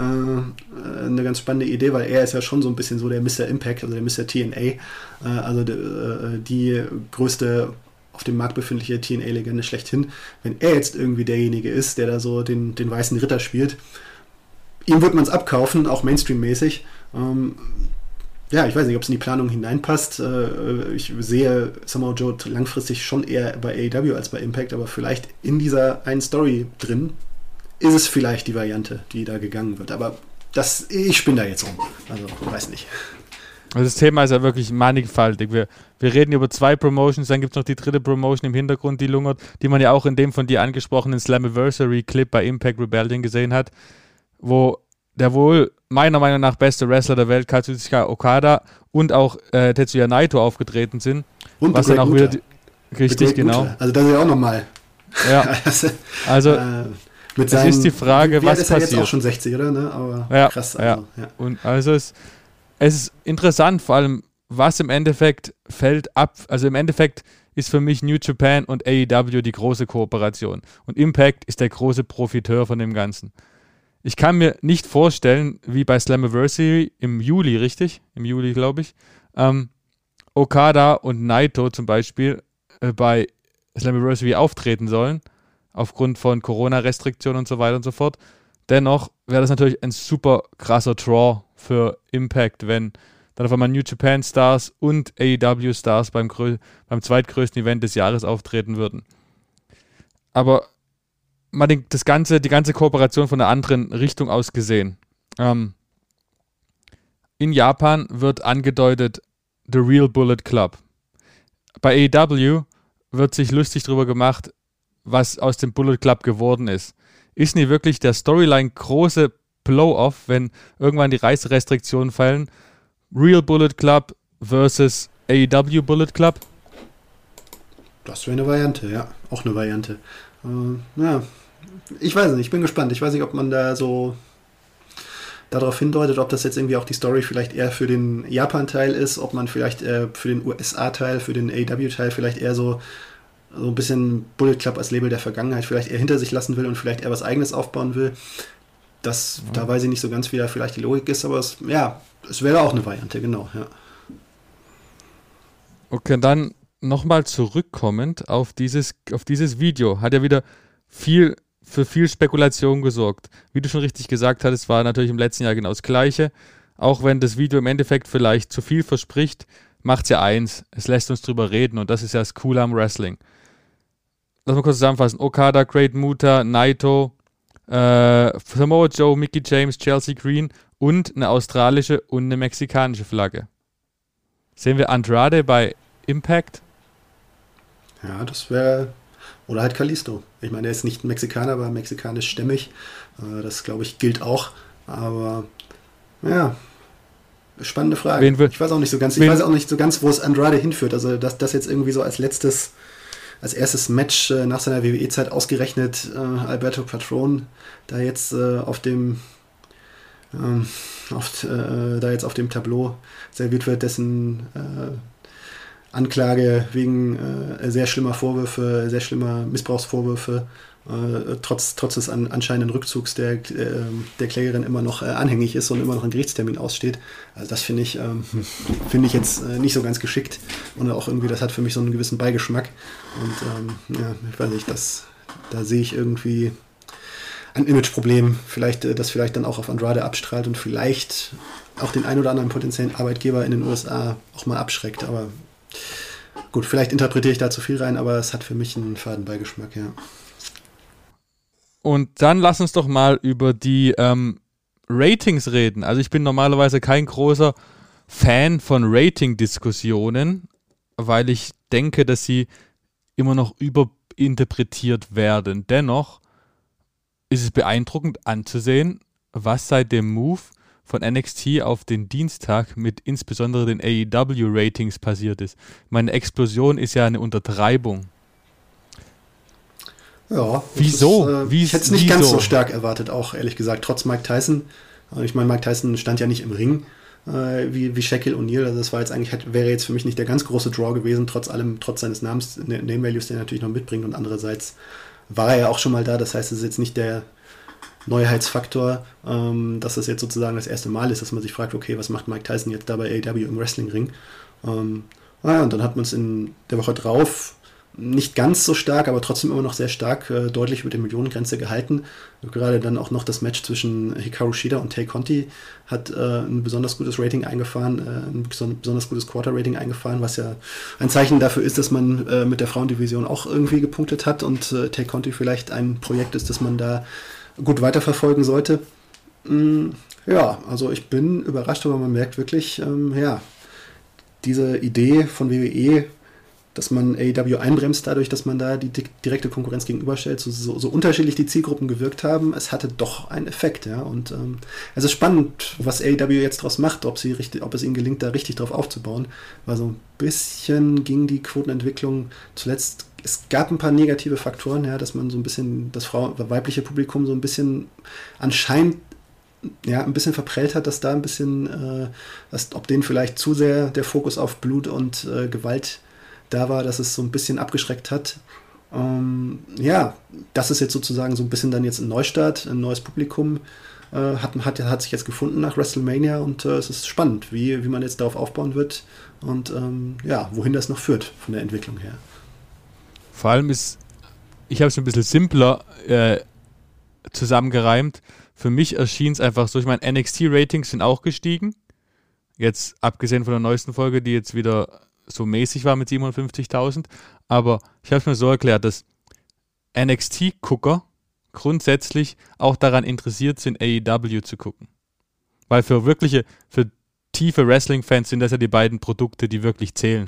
B: Idee, weil er ist ja schon so ein bisschen so der Mr. Impact, also der Mr. TNA, also die größte auf dem Markt befindliche TNA-Legende schlechthin. Wenn er jetzt irgendwie derjenige ist, der da so den weißen Ritter spielt, ihm wird man es abkaufen, auch Mainstream-mäßig. Ja, ich weiß nicht, ob es in die Planung hineinpasst. Ich sehe Samoa Joe langfristig schon eher bei AEW als bei Impact, aber vielleicht in dieser einen Story drin ist es vielleicht die Variante, die da gegangen wird. Aber ich spinne da jetzt rum. Also, weiß nicht.
A: Also das Thema ist ja wirklich mannigfaltig. Wir reden über 2 Promotions, dann gibt es noch die 3. Promotion im Hintergrund, die lungert, die man ja auch in dem von dir angesprochenen Slammiversary-Clip bei Impact Rebellion gesehen hat, wo der wohl meiner Meinung nach beste Wrestler der Welt, Kazuchika Okada und auch Tetsuya Naito aufgetreten sind.
B: Und
A: was dann auch
B: Muta.
A: Wieder richtig, genau.
B: Muta. Also das ist ja auch nochmal.
A: Ja. Also
B: mit
A: es ist die Frage, was
B: ist
A: passiert.
B: Jetzt auch schon 60, oder? Ne? Aber
A: ja,
B: krass.
A: Also, ja. Und also es ist interessant, vor allem, was im Endeffekt fällt ab. Also im Endeffekt ist für mich New Japan und AEW die große Kooperation. Und Impact ist der große Profiteur von dem Ganzen. Ich kann mir nicht vorstellen, wie bei Slammiversary im Juli, richtig? Im Juli, glaube ich, Okada und Naito zum Beispiel bei Slammiversary auftreten sollen, aufgrund von Corona-Restriktionen und so weiter und so fort. Dennoch wäre das natürlich ein super krasser Draw für Impact, wenn dann auf einmal New Japan Stars und AEW Stars beim zweitgrößten Event des Jahres auftreten würden. Aber mal die ganze Kooperation von einer anderen Richtung aus gesehen. In Japan wird angedeutet The Real Bullet Club. Bei AEW wird sich lustig drüber gemacht, was aus dem Bullet Club geworden ist. Ist nie wirklich der Storyline große Blow-Off, wenn irgendwann die Reiserestriktionen fallen? Real Bullet Club versus AEW Bullet Club?
B: Das wäre eine Variante, ja. Auch eine Variante. Ja, ich weiß nicht, ich bin gespannt. Ich weiß nicht, ob man da so darauf hindeutet, ob das jetzt irgendwie auch die Story vielleicht eher für den Japan-Teil ist, ob man vielleicht für den USA-Teil, für den AEW-Teil vielleicht eher so ein bisschen Bullet Club als Label der Vergangenheit vielleicht eher hinter sich lassen will und vielleicht eher was Eigenes aufbauen will. Da weiß ich nicht so ganz, wie da vielleicht die Logik ist, aber es wäre auch eine Variante, genau, ja.
A: Okay, dann nochmal zurückkommend auf dieses Video, hat ja wieder für viel Spekulation gesorgt. Wie du schon richtig gesagt hattest, war natürlich im letzten Jahr genau das Gleiche. Auch wenn das Video im Endeffekt vielleicht zu viel verspricht, macht es ja eins, es lässt uns drüber reden und das ist ja das Coole am Wrestling. Lass mal kurz zusammenfassen. Okada, Great Muta, Naito, Samoa Joe, Mickie James, Chelsea Green und eine australische und eine mexikanische Flagge. Sehen wir Andrade bei Impact?
B: Ja, das wäre... Oder halt Kalisto. Ich meine, er ist nicht Mexikaner, aber mexikanisch-stämmig. Das, glaube ich, gilt auch. Aber, ja, spannende Frage. Ich weiß auch nicht so ganz, wo es Andrade hinführt. Also, dass das jetzt irgendwie so als erstes Match nach seiner WWE-Zeit ausgerechnet Alberto Patron da jetzt auf dem Tableau serviert wird, dessen Anklage wegen sehr schlimmer Missbrauchsvorwürfe, trotz des anscheinenden Rückzugs der Klägerin immer noch anhängig ist und immer noch ein Gerichtstermin aussteht. Also das finde ich jetzt nicht so ganz geschickt und auch irgendwie, das hat für mich so einen gewissen Beigeschmack und ich weiß nicht, da sehe ich irgendwie ein Imageproblem, das vielleicht dann auch auf Andrade abstrahlt und vielleicht auch den ein oder anderen potenziellen Arbeitgeber in den USA auch mal abschreckt, aber gut, vielleicht interpretiere ich da zu viel rein, aber es hat für mich einen faden Beigeschmack, ja.
A: Und dann lass uns doch mal über die Ratings reden. Also ich bin normalerweise kein großer Fan von Rating-Diskussionen, weil ich denke, dass sie immer noch überinterpretiert werden. Dennoch ist es beeindruckend anzusehen, was seit dem Move von NXT auf den Dienstag mit insbesondere den AEW-Ratings passiert ist. Meine Explosion ist ja eine Untertreibung.
B: Ja.
A: Wieso?
B: Ich hätte es nicht ganz so stark erwartet, auch ehrlich gesagt, trotz Mike Tyson. Ich meine, Mike Tyson stand ja nicht im Ring wie Shaquille O'Neal. Also das war jetzt eigentlich, wäre jetzt für mich nicht der ganz große Draw gewesen, trotz seines Namens, Name Values, den er natürlich noch mitbringt. Und andererseits war er ja auch schon mal da. Das heißt, es ist jetzt nicht der Neuheitsfaktor, dass das jetzt sozusagen das erste Mal ist, dass man sich fragt, okay, was macht Mike Tyson jetzt da bei AEW im Wrestling-Ring? Und dann hat man es in der Woche drauf nicht ganz so stark, aber trotzdem immer noch sehr stark, deutlich über die Millionengrenze gehalten. Gerade dann auch noch das Match zwischen Hikaru Shida und Tay Conti hat ein besonders gutes Rating eingefahren, ein besonders gutes Quarter-Rating eingefahren, was ja ein Zeichen dafür ist, dass man mit der Frauendivision auch irgendwie gepunktet hat und Tay Conti vielleicht ein Projekt ist, das man da gut weiterverfolgen sollte. Ja, also ich bin überrascht, aber man merkt wirklich, diese Idee von WWE, dass man AEW einbremst dadurch, dass man da die direkte Konkurrenz gegenüberstellt, so unterschiedlich die Zielgruppen gewirkt haben, es hatte doch einen Effekt, ja, und es ist spannend, was AEW jetzt draus macht, ob es ihnen gelingt, da richtig drauf aufzubauen, weil so ein bisschen ging die Quotenentwicklung zuletzt, es gab ein paar negative Faktoren, ja, dass man so ein bisschen das weibliche Publikum so ein bisschen anscheinend ein bisschen verprellt hat, dass da ein bisschen, ob denen vielleicht zu sehr der Fokus auf Blut und Gewalt da war, dass es so ein bisschen abgeschreckt hat. Das ist jetzt sozusagen so ein bisschen dann jetzt ein Neustart, ein neues Publikum hat sich jetzt gefunden nach WrestleMania und es ist spannend, wie man jetzt darauf aufbauen wird und wohin das noch führt von der Entwicklung her.
A: Vor allem ich habe es ein bisschen simpler zusammengereimt. Für mich erschien es einfach so, ich meine, NXT-Ratings sind auch gestiegen. Jetzt abgesehen von der neuesten Folge, die jetzt wieder so mäßig war mit 57.000. Aber ich habe es mir so erklärt, dass NXT-Gucker grundsätzlich auch daran interessiert sind, AEW zu gucken. Weil für tiefe Wrestling-Fans sind das ja die beiden Produkte, die wirklich zählen.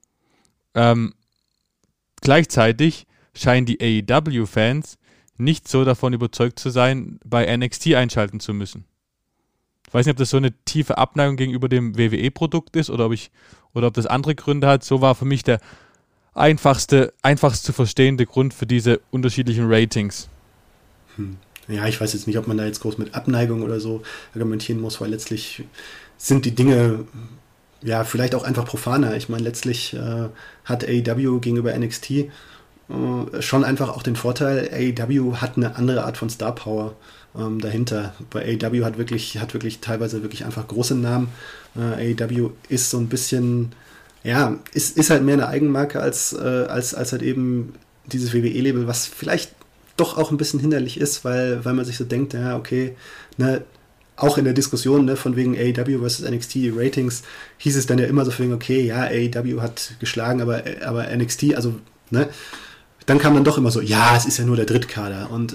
A: Gleichzeitig scheinen die AEW-Fans nicht so davon überzeugt zu sein, bei NXT einschalten zu müssen. Ich weiß nicht, ob das so eine tiefe Abneigung gegenüber dem WWE-Produkt ist oder ob das andere Gründe hat. So war für mich der einfachst zu verstehende Grund für diese unterschiedlichen Ratings.
B: Ja, ich weiß jetzt nicht, ob man da jetzt groß mit Abneigung oder so argumentieren muss, weil letztlich sind die Dinge ja vielleicht auch einfach profaner. Ich meine, letztlich hat AEW gegenüber NXT schon einfach auch den Vorteil, AEW hat eine andere Art von Star Power dahinter. Bei AEW hat wirklich teilweise wirklich einfach große Namen. AEW ist so ein bisschen, ist halt mehr eine Eigenmarke als halt eben dieses WWE-Label, was vielleicht doch auch ein bisschen hinderlich ist, weil man sich so denkt, ja, okay, ne, auch in der Diskussion, ne, von wegen AEW versus NXT, die Ratings, hieß es dann ja immer so von wegen, okay, ja, AEW hat geschlagen, aber NXT, also, ne, dann kam dann doch immer so, ja, es ist ja nur der Drittkader. Und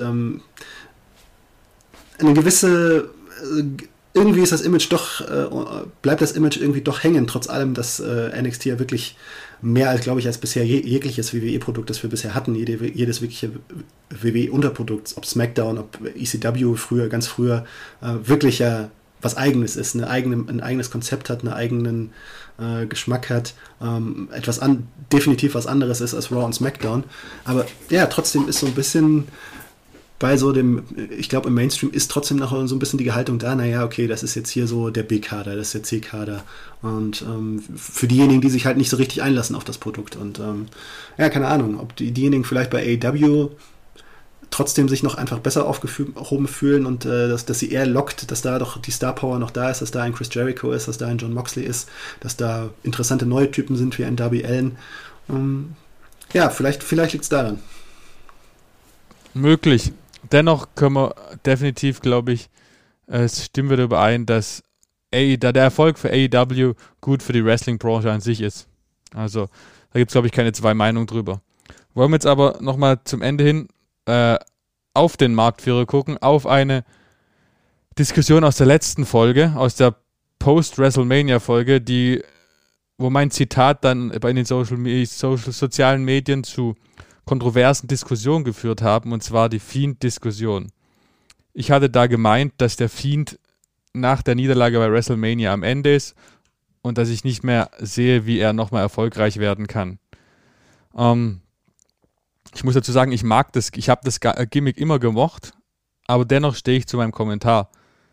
B: eine gewisse, irgendwie ist das Image doch, bleibt das Image irgendwie doch hängen, trotz allem, dass NXT ja wirklich mehr als, glaube ich, als bisher jegliches WWE-Produkt, das wir bisher hatten, jedes wirkliche WWE-Unterprodukt, ob SmackDown, ob ECW ganz früher, wirklich ja was Eigenes ist, ein eigenes Konzept hat, einen eigenen Geschmack hat, definitiv was anderes ist als Raw und SmackDown. Aber ja, trotzdem ist so ein bisschen bei so ich glaube im Mainstream ist trotzdem noch so ein bisschen die Haltung da, naja, okay, das ist jetzt hier so der B-Kader, das ist der C-Kader und für diejenigen, die sich halt nicht so richtig einlassen auf das Produkt und keine Ahnung, ob diejenigen vielleicht bei AEW trotzdem sich noch einfach besser aufgehoben fühlen und dass sie eher lockt, dass da doch die Star Power noch da ist, dass da ein Chris Jericho ist, dass da ein Jon Moxley ist, dass da interessante neue Typen sind wie ein Darby Allin. Vielleicht liegt es daran.
A: Möglich. Dennoch können wir definitiv, glaube ich, stimmen wir überein, dass der Erfolg für AEW gut für die Wrestling-Branche an sich ist. Also da gibt es, glaube ich, keine zwei Meinungen drüber. Wollen wir jetzt aber nochmal zum Ende hin auf den Marktführer gucken, auf eine Diskussion aus der letzten Folge, aus der Post-WrestleMania-Folge, wo mein Zitat dann bei den sozialen Medien zu kontroversen Diskussionen geführt haben, und zwar die Fiend-Diskussion. Ich hatte da gemeint, dass der Fiend nach der Niederlage bei WrestleMania am Ende ist und dass ich nicht mehr sehe, wie er nochmal erfolgreich werden kann. ich muss dazu sagen, ich habe das Gimmick immer gemocht, aber dennoch stehe ich zu meinem Kommentar.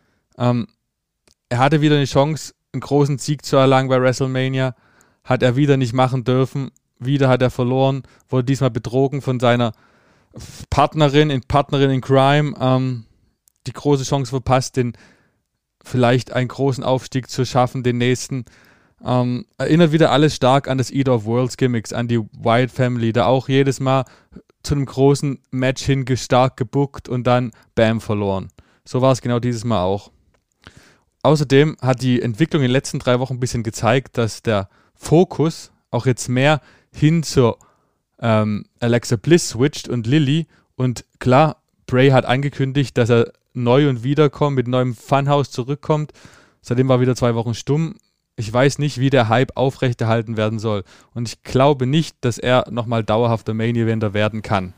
A: Er hatte wieder eine Chance, einen großen Sieg zu erlangen bei WrestleMania, hat er wieder nicht machen dürfen, wieder hat er verloren, wurde diesmal betrogen von seiner Partnerin in Crime, die große Chance verpasst, vielleicht einen großen Aufstieg zu schaffen, den nächsten. Erinnert wieder alles stark an das Eater of Worlds Gimmicks, an die Wyatt Family, da auch jedes Mal zu einem großen Match stark gebuckt und dann bam, verloren. So war es genau dieses Mal auch. Außerdem hat die Entwicklung in den letzten 3 Wochen ein bisschen gezeigt, dass der Fokus auch jetzt mehr hin zur Alexa Bliss switcht und Lily. Und klar, Bray hat angekündigt, dass er neu und wiederkommt, mit neuem Funhouse zurückkommt. Seitdem war wieder 2 Wochen stumm. Ich weiß nicht, wie der Hype aufrechterhalten werden soll. Und ich glaube nicht, dass er nochmal dauerhafter Main-Eventer werden kann.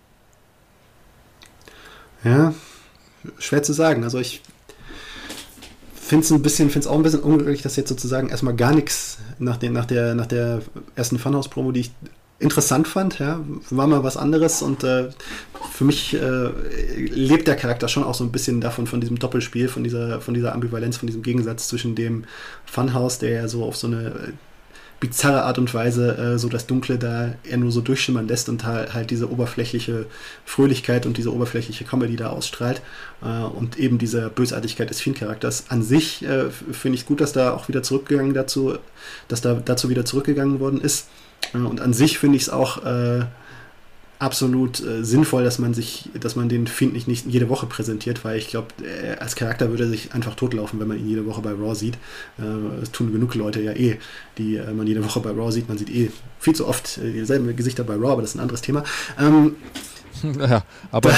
B: Ja, schwer zu sagen. Also ich finde es auch ein bisschen unglücklich, dass jetzt sozusagen erstmal gar nichts nach der ersten Funhouse-Promo, die ich interessant fand, ja, war mal was anderes und für mich lebt der Charakter schon auch so ein bisschen davon, von diesem Doppelspiel, von dieser Ambivalenz, von diesem Gegensatz zwischen dem Funhouse, der ja so auf so eine bizarre Art und Weise so das Dunkle da eher nur so durchschimmern lässt und halt diese oberflächliche Fröhlichkeit und diese oberflächliche Comedy da ausstrahlt und eben diese Bösartigkeit des Fiend-Charakters. An sich finde ich gut, dass da auch wieder dazu wieder zurückgegangen worden ist. Und an sich finde ich es auch absolut sinnvoll, dass man den Fiend nicht jede Woche präsentiert, weil ich glaube, als Charakter würde er sich einfach totlaufen, wenn man ihn jede Woche bei Raw sieht. Das tun genug Leute ja die man jede Woche bei Raw sieht. Man sieht viel zu oft dieselben Gesichter bei Raw, aber das ist ein anderes Thema.
A: Ja, aber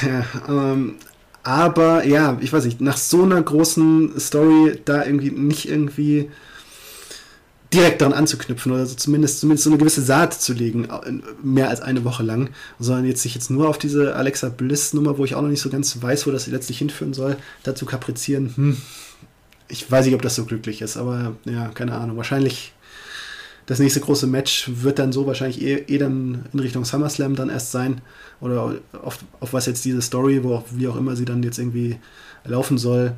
B: aber ja, ich weiß nicht, nach so einer großen Story da nicht irgendwie direkt daran anzuknüpfen oder so zumindest so eine gewisse Saat zu legen, mehr als eine Woche lang, sondern sich jetzt nur auf diese Alexa Bliss-Nummer, wo ich auch noch nicht so ganz weiß, wo das letztlich hinführen soll, dazu kaprizieren. Ich weiß nicht, ob das so glücklich ist, aber ja, keine Ahnung. Wahrscheinlich das nächste große Match wird dann so wahrscheinlich dann in Richtung SummerSlam dann erst sein oder auf was jetzt diese Story, wie auch immer sie dann jetzt irgendwie laufen soll,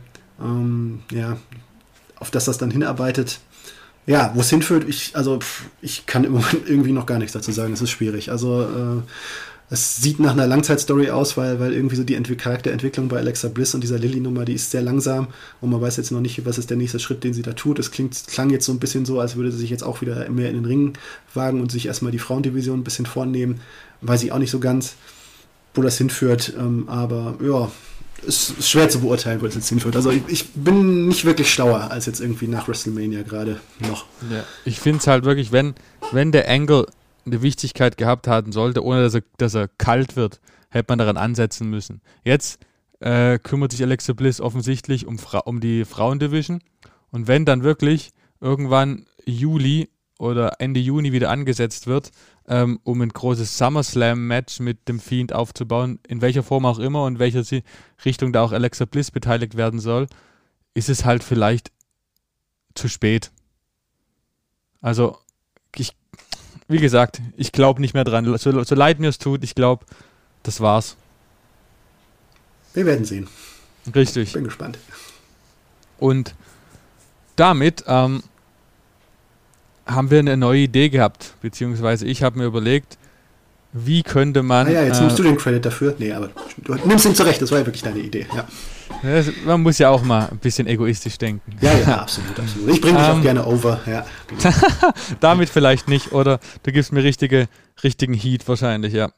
B: auf das dann hinarbeitet. Ja, wo es hinführt, ich kann im Moment irgendwie noch gar nichts dazu sagen. Es ist schwierig. Also es sieht nach einer Langzeitstory aus, weil irgendwie so die Charakterentwicklung bei Alexa Bliss und dieser Lilly-Nummer, die ist sehr langsam und man weiß jetzt noch nicht, was ist der nächste Schritt, den sie da tut. Es klang jetzt so ein bisschen so, als würde sie sich jetzt auch wieder mehr in den Ring wagen und sich erstmal die Frauendivision ein bisschen vornehmen. Weiß ich auch nicht so ganz, wo das hinführt. Aber ja, es ist schwer zu beurteilen, wo das jetzt hinführt. Also ich bin nicht wirklich schlauer als jetzt irgendwie nach WrestleMania gerade noch. Ja,
A: ich finde es halt wirklich, wenn der Angle eine Wichtigkeit gehabt haben sollte, ohne dass er kalt wird, hätte man daran ansetzen müssen. Jetzt kümmert sich Alexa Bliss offensichtlich um die Frauendivision und wenn dann wirklich irgendwann Juli oder Ende Juni wieder angesetzt wird, um ein großes SummerSlam-Match mit dem Fiend aufzubauen, in welcher Form auch immer und in welcher Richtung da auch Alexa Bliss beteiligt werden soll, ist es halt vielleicht zu spät. Also, wie gesagt, ich glaube nicht mehr dran. So leid mir es tut, ich glaube, das war's.
B: Wir werden sehen.
A: Richtig.
B: Bin gespannt.
A: Und damit haben wir eine neue Idee gehabt, beziehungsweise ich habe mir überlegt, wie könnte man...
B: jetzt nimmst du den Credit dafür. Nee, aber du nimmst ihn zurecht, das war ja wirklich deine Idee. Ja.
A: Man muss ja auch mal ein bisschen egoistisch denken.
B: Ja, absolut. Ich bringe dich auch gerne over. Ja, genau.
A: Damit vielleicht nicht, oder du gibst mir richtigen Heat wahrscheinlich, ja.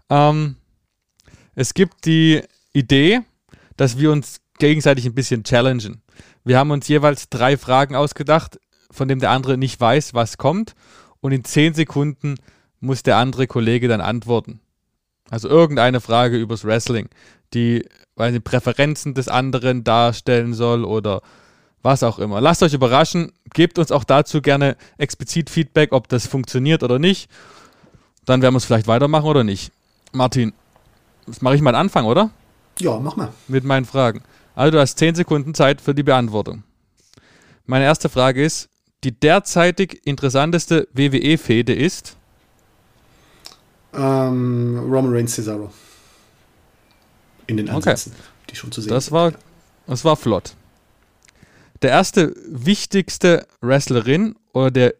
A: Es gibt die Idee, dass wir uns gegenseitig ein bisschen challengen. Wir haben uns jeweils 3 Fragen ausgedacht, von dem der andere nicht weiß, was kommt. Und in 10 Sekunden muss der andere Kollege dann antworten. Also irgendeine Frage übers Wrestling, die Präferenzen des anderen darstellen soll oder was auch immer. Lasst euch überraschen. Gebt uns auch dazu gerne explizit Feedback, ob das funktioniert oder nicht. Dann werden wir es vielleicht weitermachen oder nicht. Martin, das mache ich mal den Anfang, oder?
B: Ja, mach mal.
A: Mit meinen Fragen. Also du hast 10 Sekunden Zeit für die Beantwortung. Meine erste Frage ist, die derzeitig interessanteste WWE-Fehde ist?
B: Roman Reigns, Cesaro. In den Ansätzen, die schon zu sehen sind.
A: Das war flott. Der erste wichtigste Wrestlerin der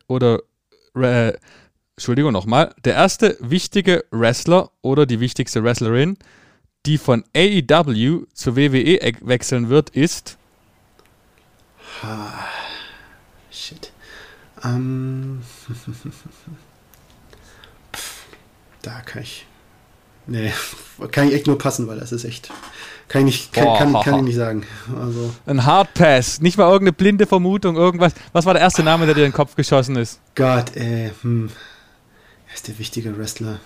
A: erste wichtige Wrestler oder die wichtigste Wrestlerin, die von AEW zur WWE wechseln wird, ist
B: Shit. Da kann ich echt nur passen, weil das ist echt kann ich nicht sagen. Also
A: ein Hard Pass, nicht mal irgendeine blinde Vermutung, irgendwas. Was war der erste Name, der dir in den Kopf geschossen ist?
B: Gott, Er ist der wichtige Wrestler.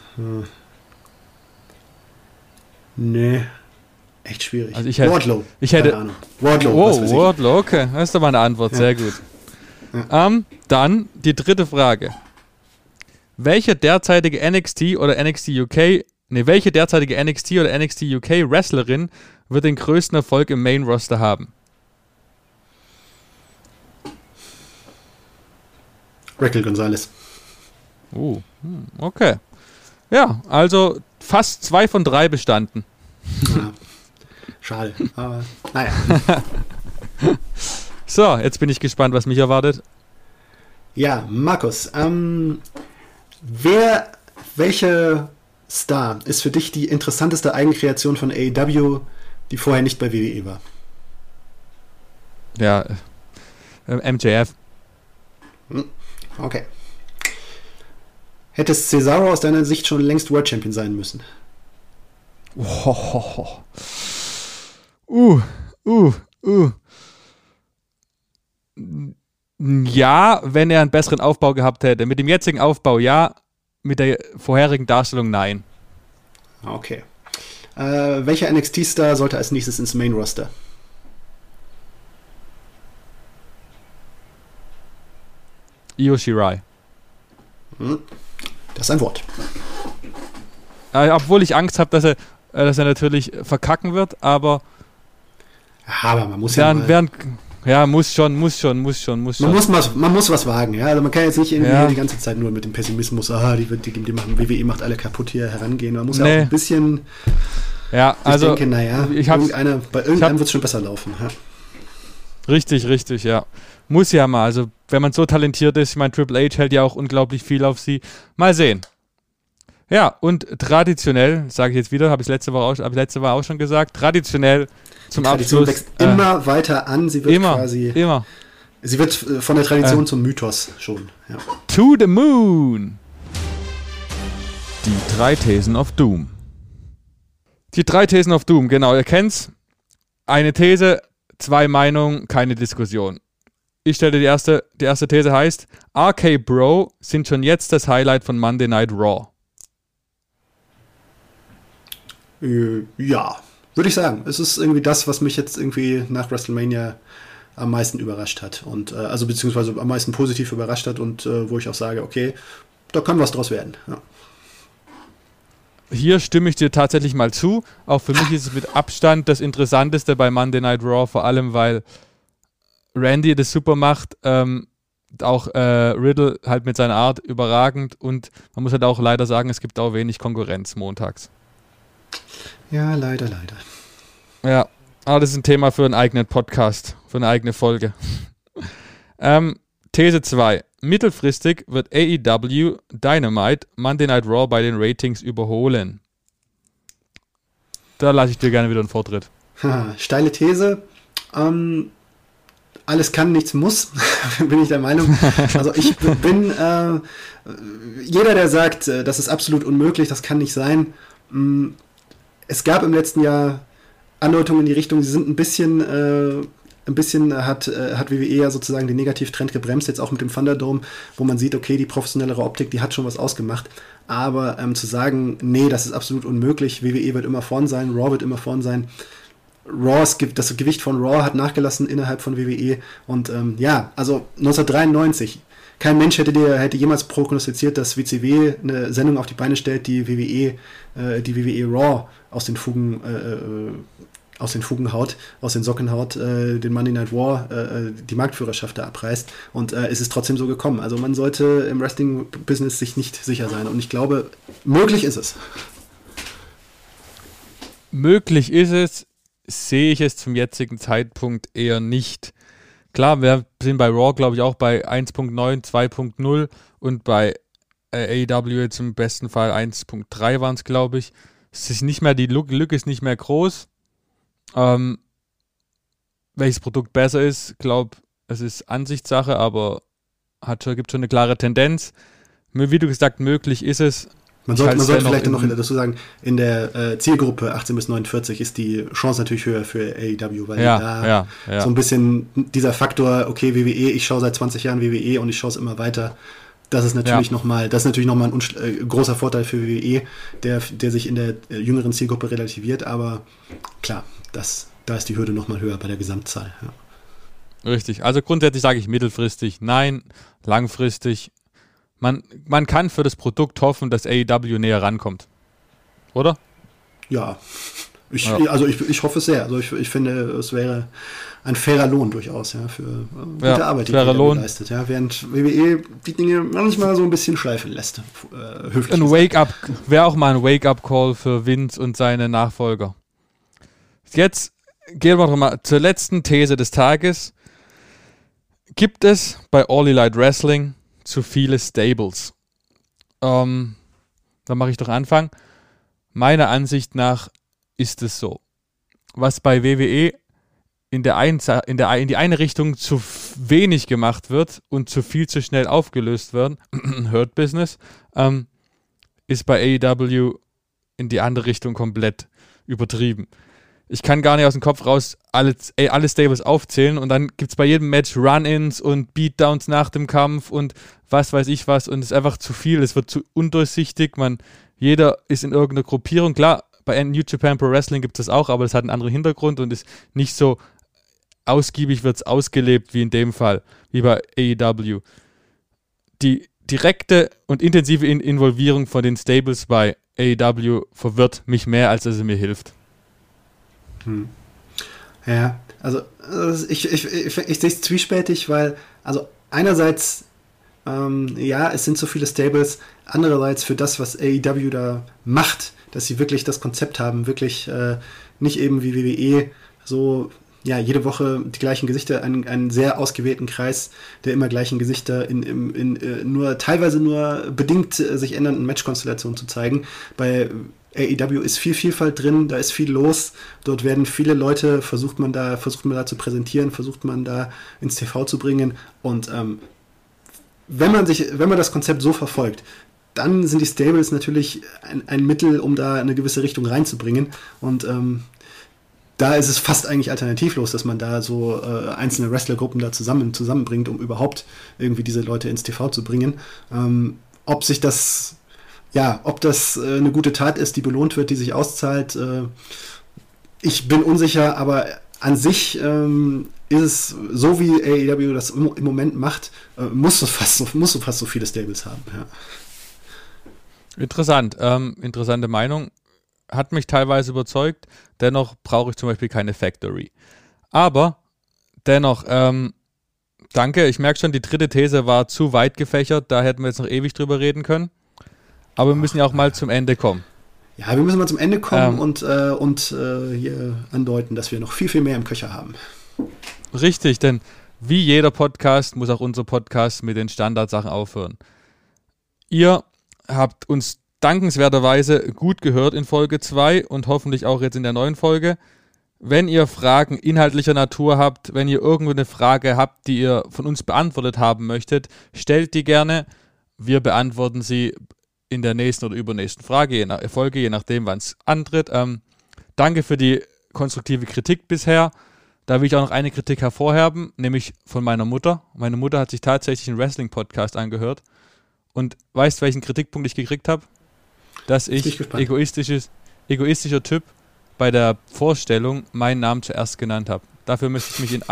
B: Nee, echt schwierig.
A: Also
B: Wardlow.
A: Keine Ahnung. Wardlow, okay. Das ist doch mal eine Antwort, ja. Sehr gut. Ja. Dann die dritte Frage. Welche derzeitige NXT oder NXT UK Wrestlerin wird den größten Erfolg im Main Roster haben?
B: Raquel Gonzalez.
A: Okay. Ja, also fast 2 von 3 bestanden.
B: Ja, schade, aber naja.
A: So, jetzt bin ich gespannt, was mich erwartet.
B: Ja, Markus, welche Star ist für dich die interessanteste Eigenkreation von AEW, die vorher nicht bei WWE war?
A: Ja, MJF.
B: Okay. Hätte Cesaro aus deiner Sicht schon längst World Champion sein müssen?
A: Ja, wenn er einen besseren Aufbau gehabt hätte. Mit dem jetzigen Aufbau ja, mit der vorherigen Darstellung nein.
B: Okay. Welcher NXT-Star sollte als nächstes ins Main-Roster?
A: Io Shirai.
B: Das ist ein Wort.
A: Obwohl ich Angst habe, dass er natürlich verkacken wird, aber
B: man muss
A: muss schon. Man muss
B: was wagen, ja. Also man kann jetzt nicht irgendwie die ganze Zeit nur mit dem Pessimismus, die machen, WWE macht alle kaputt hier herangehen. Man muss ja auch ein bisschen denken, bei irgendeinem wird es schon besser laufen. Ja.
A: Richtig, ja. Muss ja mal, also wenn man so talentiert ist, ich meine, Triple H hält ja auch unglaublich viel auf sie. Mal sehen. Ja, und traditionell, sage ich jetzt wieder, habe ich letzte Woche auch schon gesagt, traditionell zum
B: Tradition
A: Abschluss.
B: Wächst immer weiter an, sie wird
A: immer.
B: Sie wird von der Tradition zum Mythos schon. Ja.
A: To the Moon. Die 3 Thesen of Doom. Die 3 Thesen of Doom, genau, ihr kennt's. Eine These, 2 Meinungen, keine Diskussion. Ich stelle die erste These heißt, RK Bro sind schon jetzt das Highlight von Monday Night Raw.
B: Ja, würde ich sagen. Es ist irgendwie das, was mich jetzt irgendwie nach WrestleMania am meisten überrascht hat. Und beziehungsweise am meisten positiv überrascht hat und wo ich auch sage, okay, da kann was draus werden. Ja.
A: Hier stimme ich dir tatsächlich mal zu. Auch für mich ist es mit Abstand das Interessanteste bei Monday Night Raw, vor allem weil Randy das super macht, auch Riddle halt mit seiner Art überragend und man muss halt auch leider sagen, es gibt auch wenig Konkurrenz montags.
B: Ja, leider.
A: Ja, aber das ist ein Thema für einen eigenen Podcast, für eine eigene Folge. These 2. Mittelfristig wird AEW Dynamite Monday Night Raw bei den Ratings überholen. Da lasse ich dir gerne wieder einen Vortritt.
B: Steile These. Alles kann, nichts muss, bin ich der Meinung. Also ich bin jeder, der sagt, das ist absolut unmöglich, das kann nicht sein. Es gab im letzten Jahr Andeutungen in die Richtung, sie sind ein bisschen hat WWE ja sozusagen den Negativtrend gebremst, jetzt auch mit dem Thunderdome, wo man sieht, okay, die professionellere Optik, die hat schon was ausgemacht. Aber zu sagen, nee, das ist absolut unmöglich, WWE wird immer vorn sein, Raw wird immer vorn sein. Das Gewicht von Raw hat nachgelassen innerhalb von WWE und also 1993, kein Mensch hätte jemals prognostiziert, dass WCW eine Sendung auf die Beine stellt, die WWE Raw aus den Fugen aus den Fugen haut, aus den Socken haut, den Monday Night War, die Marktführerschaft da abreißt. Und es ist trotzdem so gekommen. Also man sollte im Wrestling-Business sich nicht sicher sein. Und ich glaube, möglich ist es.
A: Möglich ist es, sehe ich es zum jetzigen Zeitpunkt eher nicht. Klar, wir sind bei Raw, glaube ich, auch bei 1.9, 2.0 und bei AEW jetzt im besten Fall 1.3 waren es, glaube ich. Es ist nicht mehr, die Lücke ist nicht mehr groß. Welches Produkt besser ist, glaube es ist Ansichtssache, aber gibt schon eine klare Tendenz. Wie du gesagt, möglich ist es.
B: Man sollte vielleicht noch dazu sagen, in der Zielgruppe 18 bis 49 ist die Chance natürlich höher für AEW, weil da so ein bisschen dieser Faktor, okay, WWE, ich schaue seit 20 Jahren WWE und ich schaue es immer weiter, das ist natürlich nochmal ein großer Vorteil für WWE, der sich in der jüngeren Zielgruppe relativiert, aber klar, da ist die Hürde nochmal höher bei der Gesamtzahl. Ja.
A: Richtig, also grundsätzlich sage ich mittelfristig nein, langfristig. Man kann für das Produkt hoffen, dass AEW näher rankommt. Oder?
B: Ja, ich hoffe es sehr. Also ich finde, es wäre ein fairer Lohn durchaus, für gute Arbeit, die WWE leistet. Ja, während WWE die Dinge manchmal so ein bisschen schleifen lässt.
A: Wäre auch mal ein Wake-up-Call für Vince und seine Nachfolger. Jetzt gehen wir doch mal zur letzten These des Tages. Gibt es bei All Elite Wrestling zu viele Stables? Da mache ich doch Anfang. Meiner Ansicht nach ist es so. Was bei WWE in die eine Richtung zu wenig gemacht wird und zu viel zu schnell aufgelöst wird, Hurt Business, ist bei AEW in die andere Richtung komplett übertrieben. Ich kann gar nicht aus dem Kopf raus alle Stables aufzählen und dann gibt es bei jedem Match Run-Ins und Beatdowns nach dem Kampf und was weiß ich was und es ist einfach zu viel, es wird zu undurchsichtig, jeder ist in irgendeiner Gruppierung, klar, bei New Japan Pro Wrestling gibt es das auch, aber es hat einen anderen Hintergrund und ist nicht so ausgiebig wird es ausgelebt wie in dem Fall, wie bei AEW. Die direkte und intensive Involvierung von den Stables bei AEW verwirrt mich mehr, als dass es mir hilft.
B: Ja, also ich sehe es zwiespältig, weil, also einerseits, es sind so viele Stables, andererseits für das, was AEW da macht, dass sie wirklich das Konzept haben, wirklich nicht eben wie WWE so, jede Woche die gleichen Gesichter, einen sehr ausgewählten Kreis der immer gleichen Gesichter in teilweise nur bedingt sich ändernden Matchkonstellationen zu zeigen. Bei AEW ist viel Vielfalt drin, da ist viel los, dort werden viele Leute, versucht man da zu präsentieren, versucht man da ins TV zu bringen und wenn man das Konzept so verfolgt, dann sind die Stables natürlich ein Mittel, um da eine gewisse Richtung reinzubringen und da ist es fast eigentlich alternativlos, dass man da so einzelne Wrestlergruppen da zusammenbringt, um überhaupt irgendwie diese Leute ins TV zu bringen. Ob das eine gute Tat ist, die belohnt wird, die sich auszahlt, ich bin unsicher, aber an sich ist es, so wie AEW das im Moment macht, musst du fast so viele Stables haben. Ja.
A: Interessant, interessante Meinung. Hat mich teilweise überzeugt, dennoch brauche ich zum Beispiel keine Factory. Aber dennoch, danke, ich merke schon, die dritte These war zu weit gefächert, da hätten wir jetzt noch ewig drüber reden können. Aber wir müssen ja auch mal zum Ende kommen.
B: Ja, wir müssen mal zum Ende kommen und hier andeuten, dass wir noch viel, viel mehr im Köcher haben.
A: Richtig, denn wie jeder Podcast muss auch unser Podcast mit den Standardsachen aufhören. Ihr habt uns dankenswerterweise gut gehört in Folge 2 und hoffentlich auch jetzt in der neuen Folge. Wenn ihr Fragen inhaltlicher Natur habt, wenn ihr irgendwo eine Frage habt, die ihr von uns beantwortet haben möchtet, stellt die gerne. Wir beantworten sie in der nächsten oder übernächsten Folge, je nachdem, wann es antritt. Danke für die konstruktive Kritik bisher. Da will ich auch noch eine Kritik hervorheben, nämlich von meiner Mutter. Meine Mutter hat sich tatsächlich einen Wrestling-Podcast angehört. Und weißt, welchen Kritikpunkt ich gekriegt habe? Dass ich egoistischer Typ bei der Vorstellung meinen Namen zuerst genannt habe. Dafür möchte ich mich in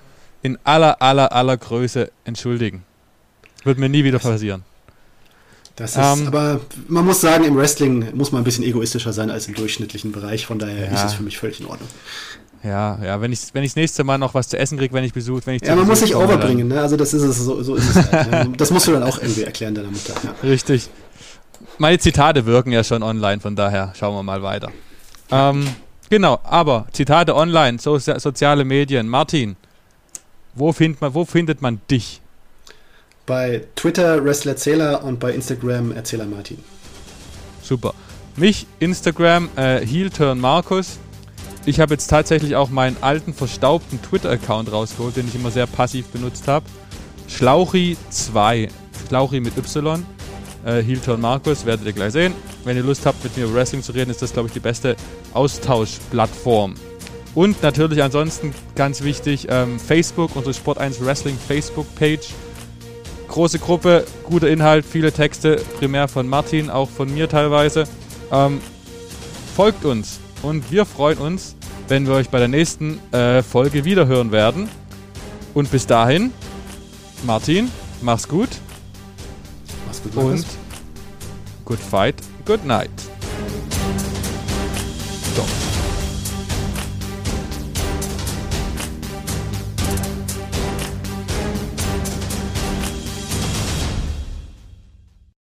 A: aller Größe entschuldigen. Wird mir nie wieder passieren.
B: Das ist, aber man muss sagen, im Wrestling muss man ein bisschen egoistischer sein als im durchschnittlichen Bereich, von daher ist es für mich völlig in Ordnung.
A: Ja, wenn ich das nächste Mal noch was zu essen kriege, wenn ich besuche,
B: man muss sich overbringen, ne? Also das ist es, so ist es halt. Das musst du dann auch irgendwie erklären deiner Mutter. Ja.
A: Richtig. Meine Zitate wirken ja schon online, von daher schauen wir mal weiter. Genau, aber Zitate online, soziale Medien. Martin, wo findet man dich?
B: Bei Twitter WrestlerErzähler und bei Instagram Erzähler Martin.
A: Super. Mich, Instagram, HeelTurnMarkus. Ich habe jetzt tatsächlich auch meinen alten, verstaubten Twitter-Account rausgeholt, den ich immer sehr passiv benutzt habe. Schlauchi2. Schlauchi mit Y. HeelTurnMarkus, werdet ihr gleich sehen. Wenn ihr Lust habt, mit mir über Wrestling zu reden, ist das, glaube ich, die beste Austauschplattform. Und natürlich ansonsten, ganz wichtig, Facebook, unsere Sport1 Wrestling Facebook-Page. Große Gruppe, guter Inhalt, viele Texte, primär von Martin, auch von mir teilweise. Folgt uns und wir freuen uns, wenn wir euch bei der nächsten Folge wiederhören werden. Und bis dahin, Martin, mach's gut.
B: Mach's gut, Markus.
A: Und good fight, good night. Doch.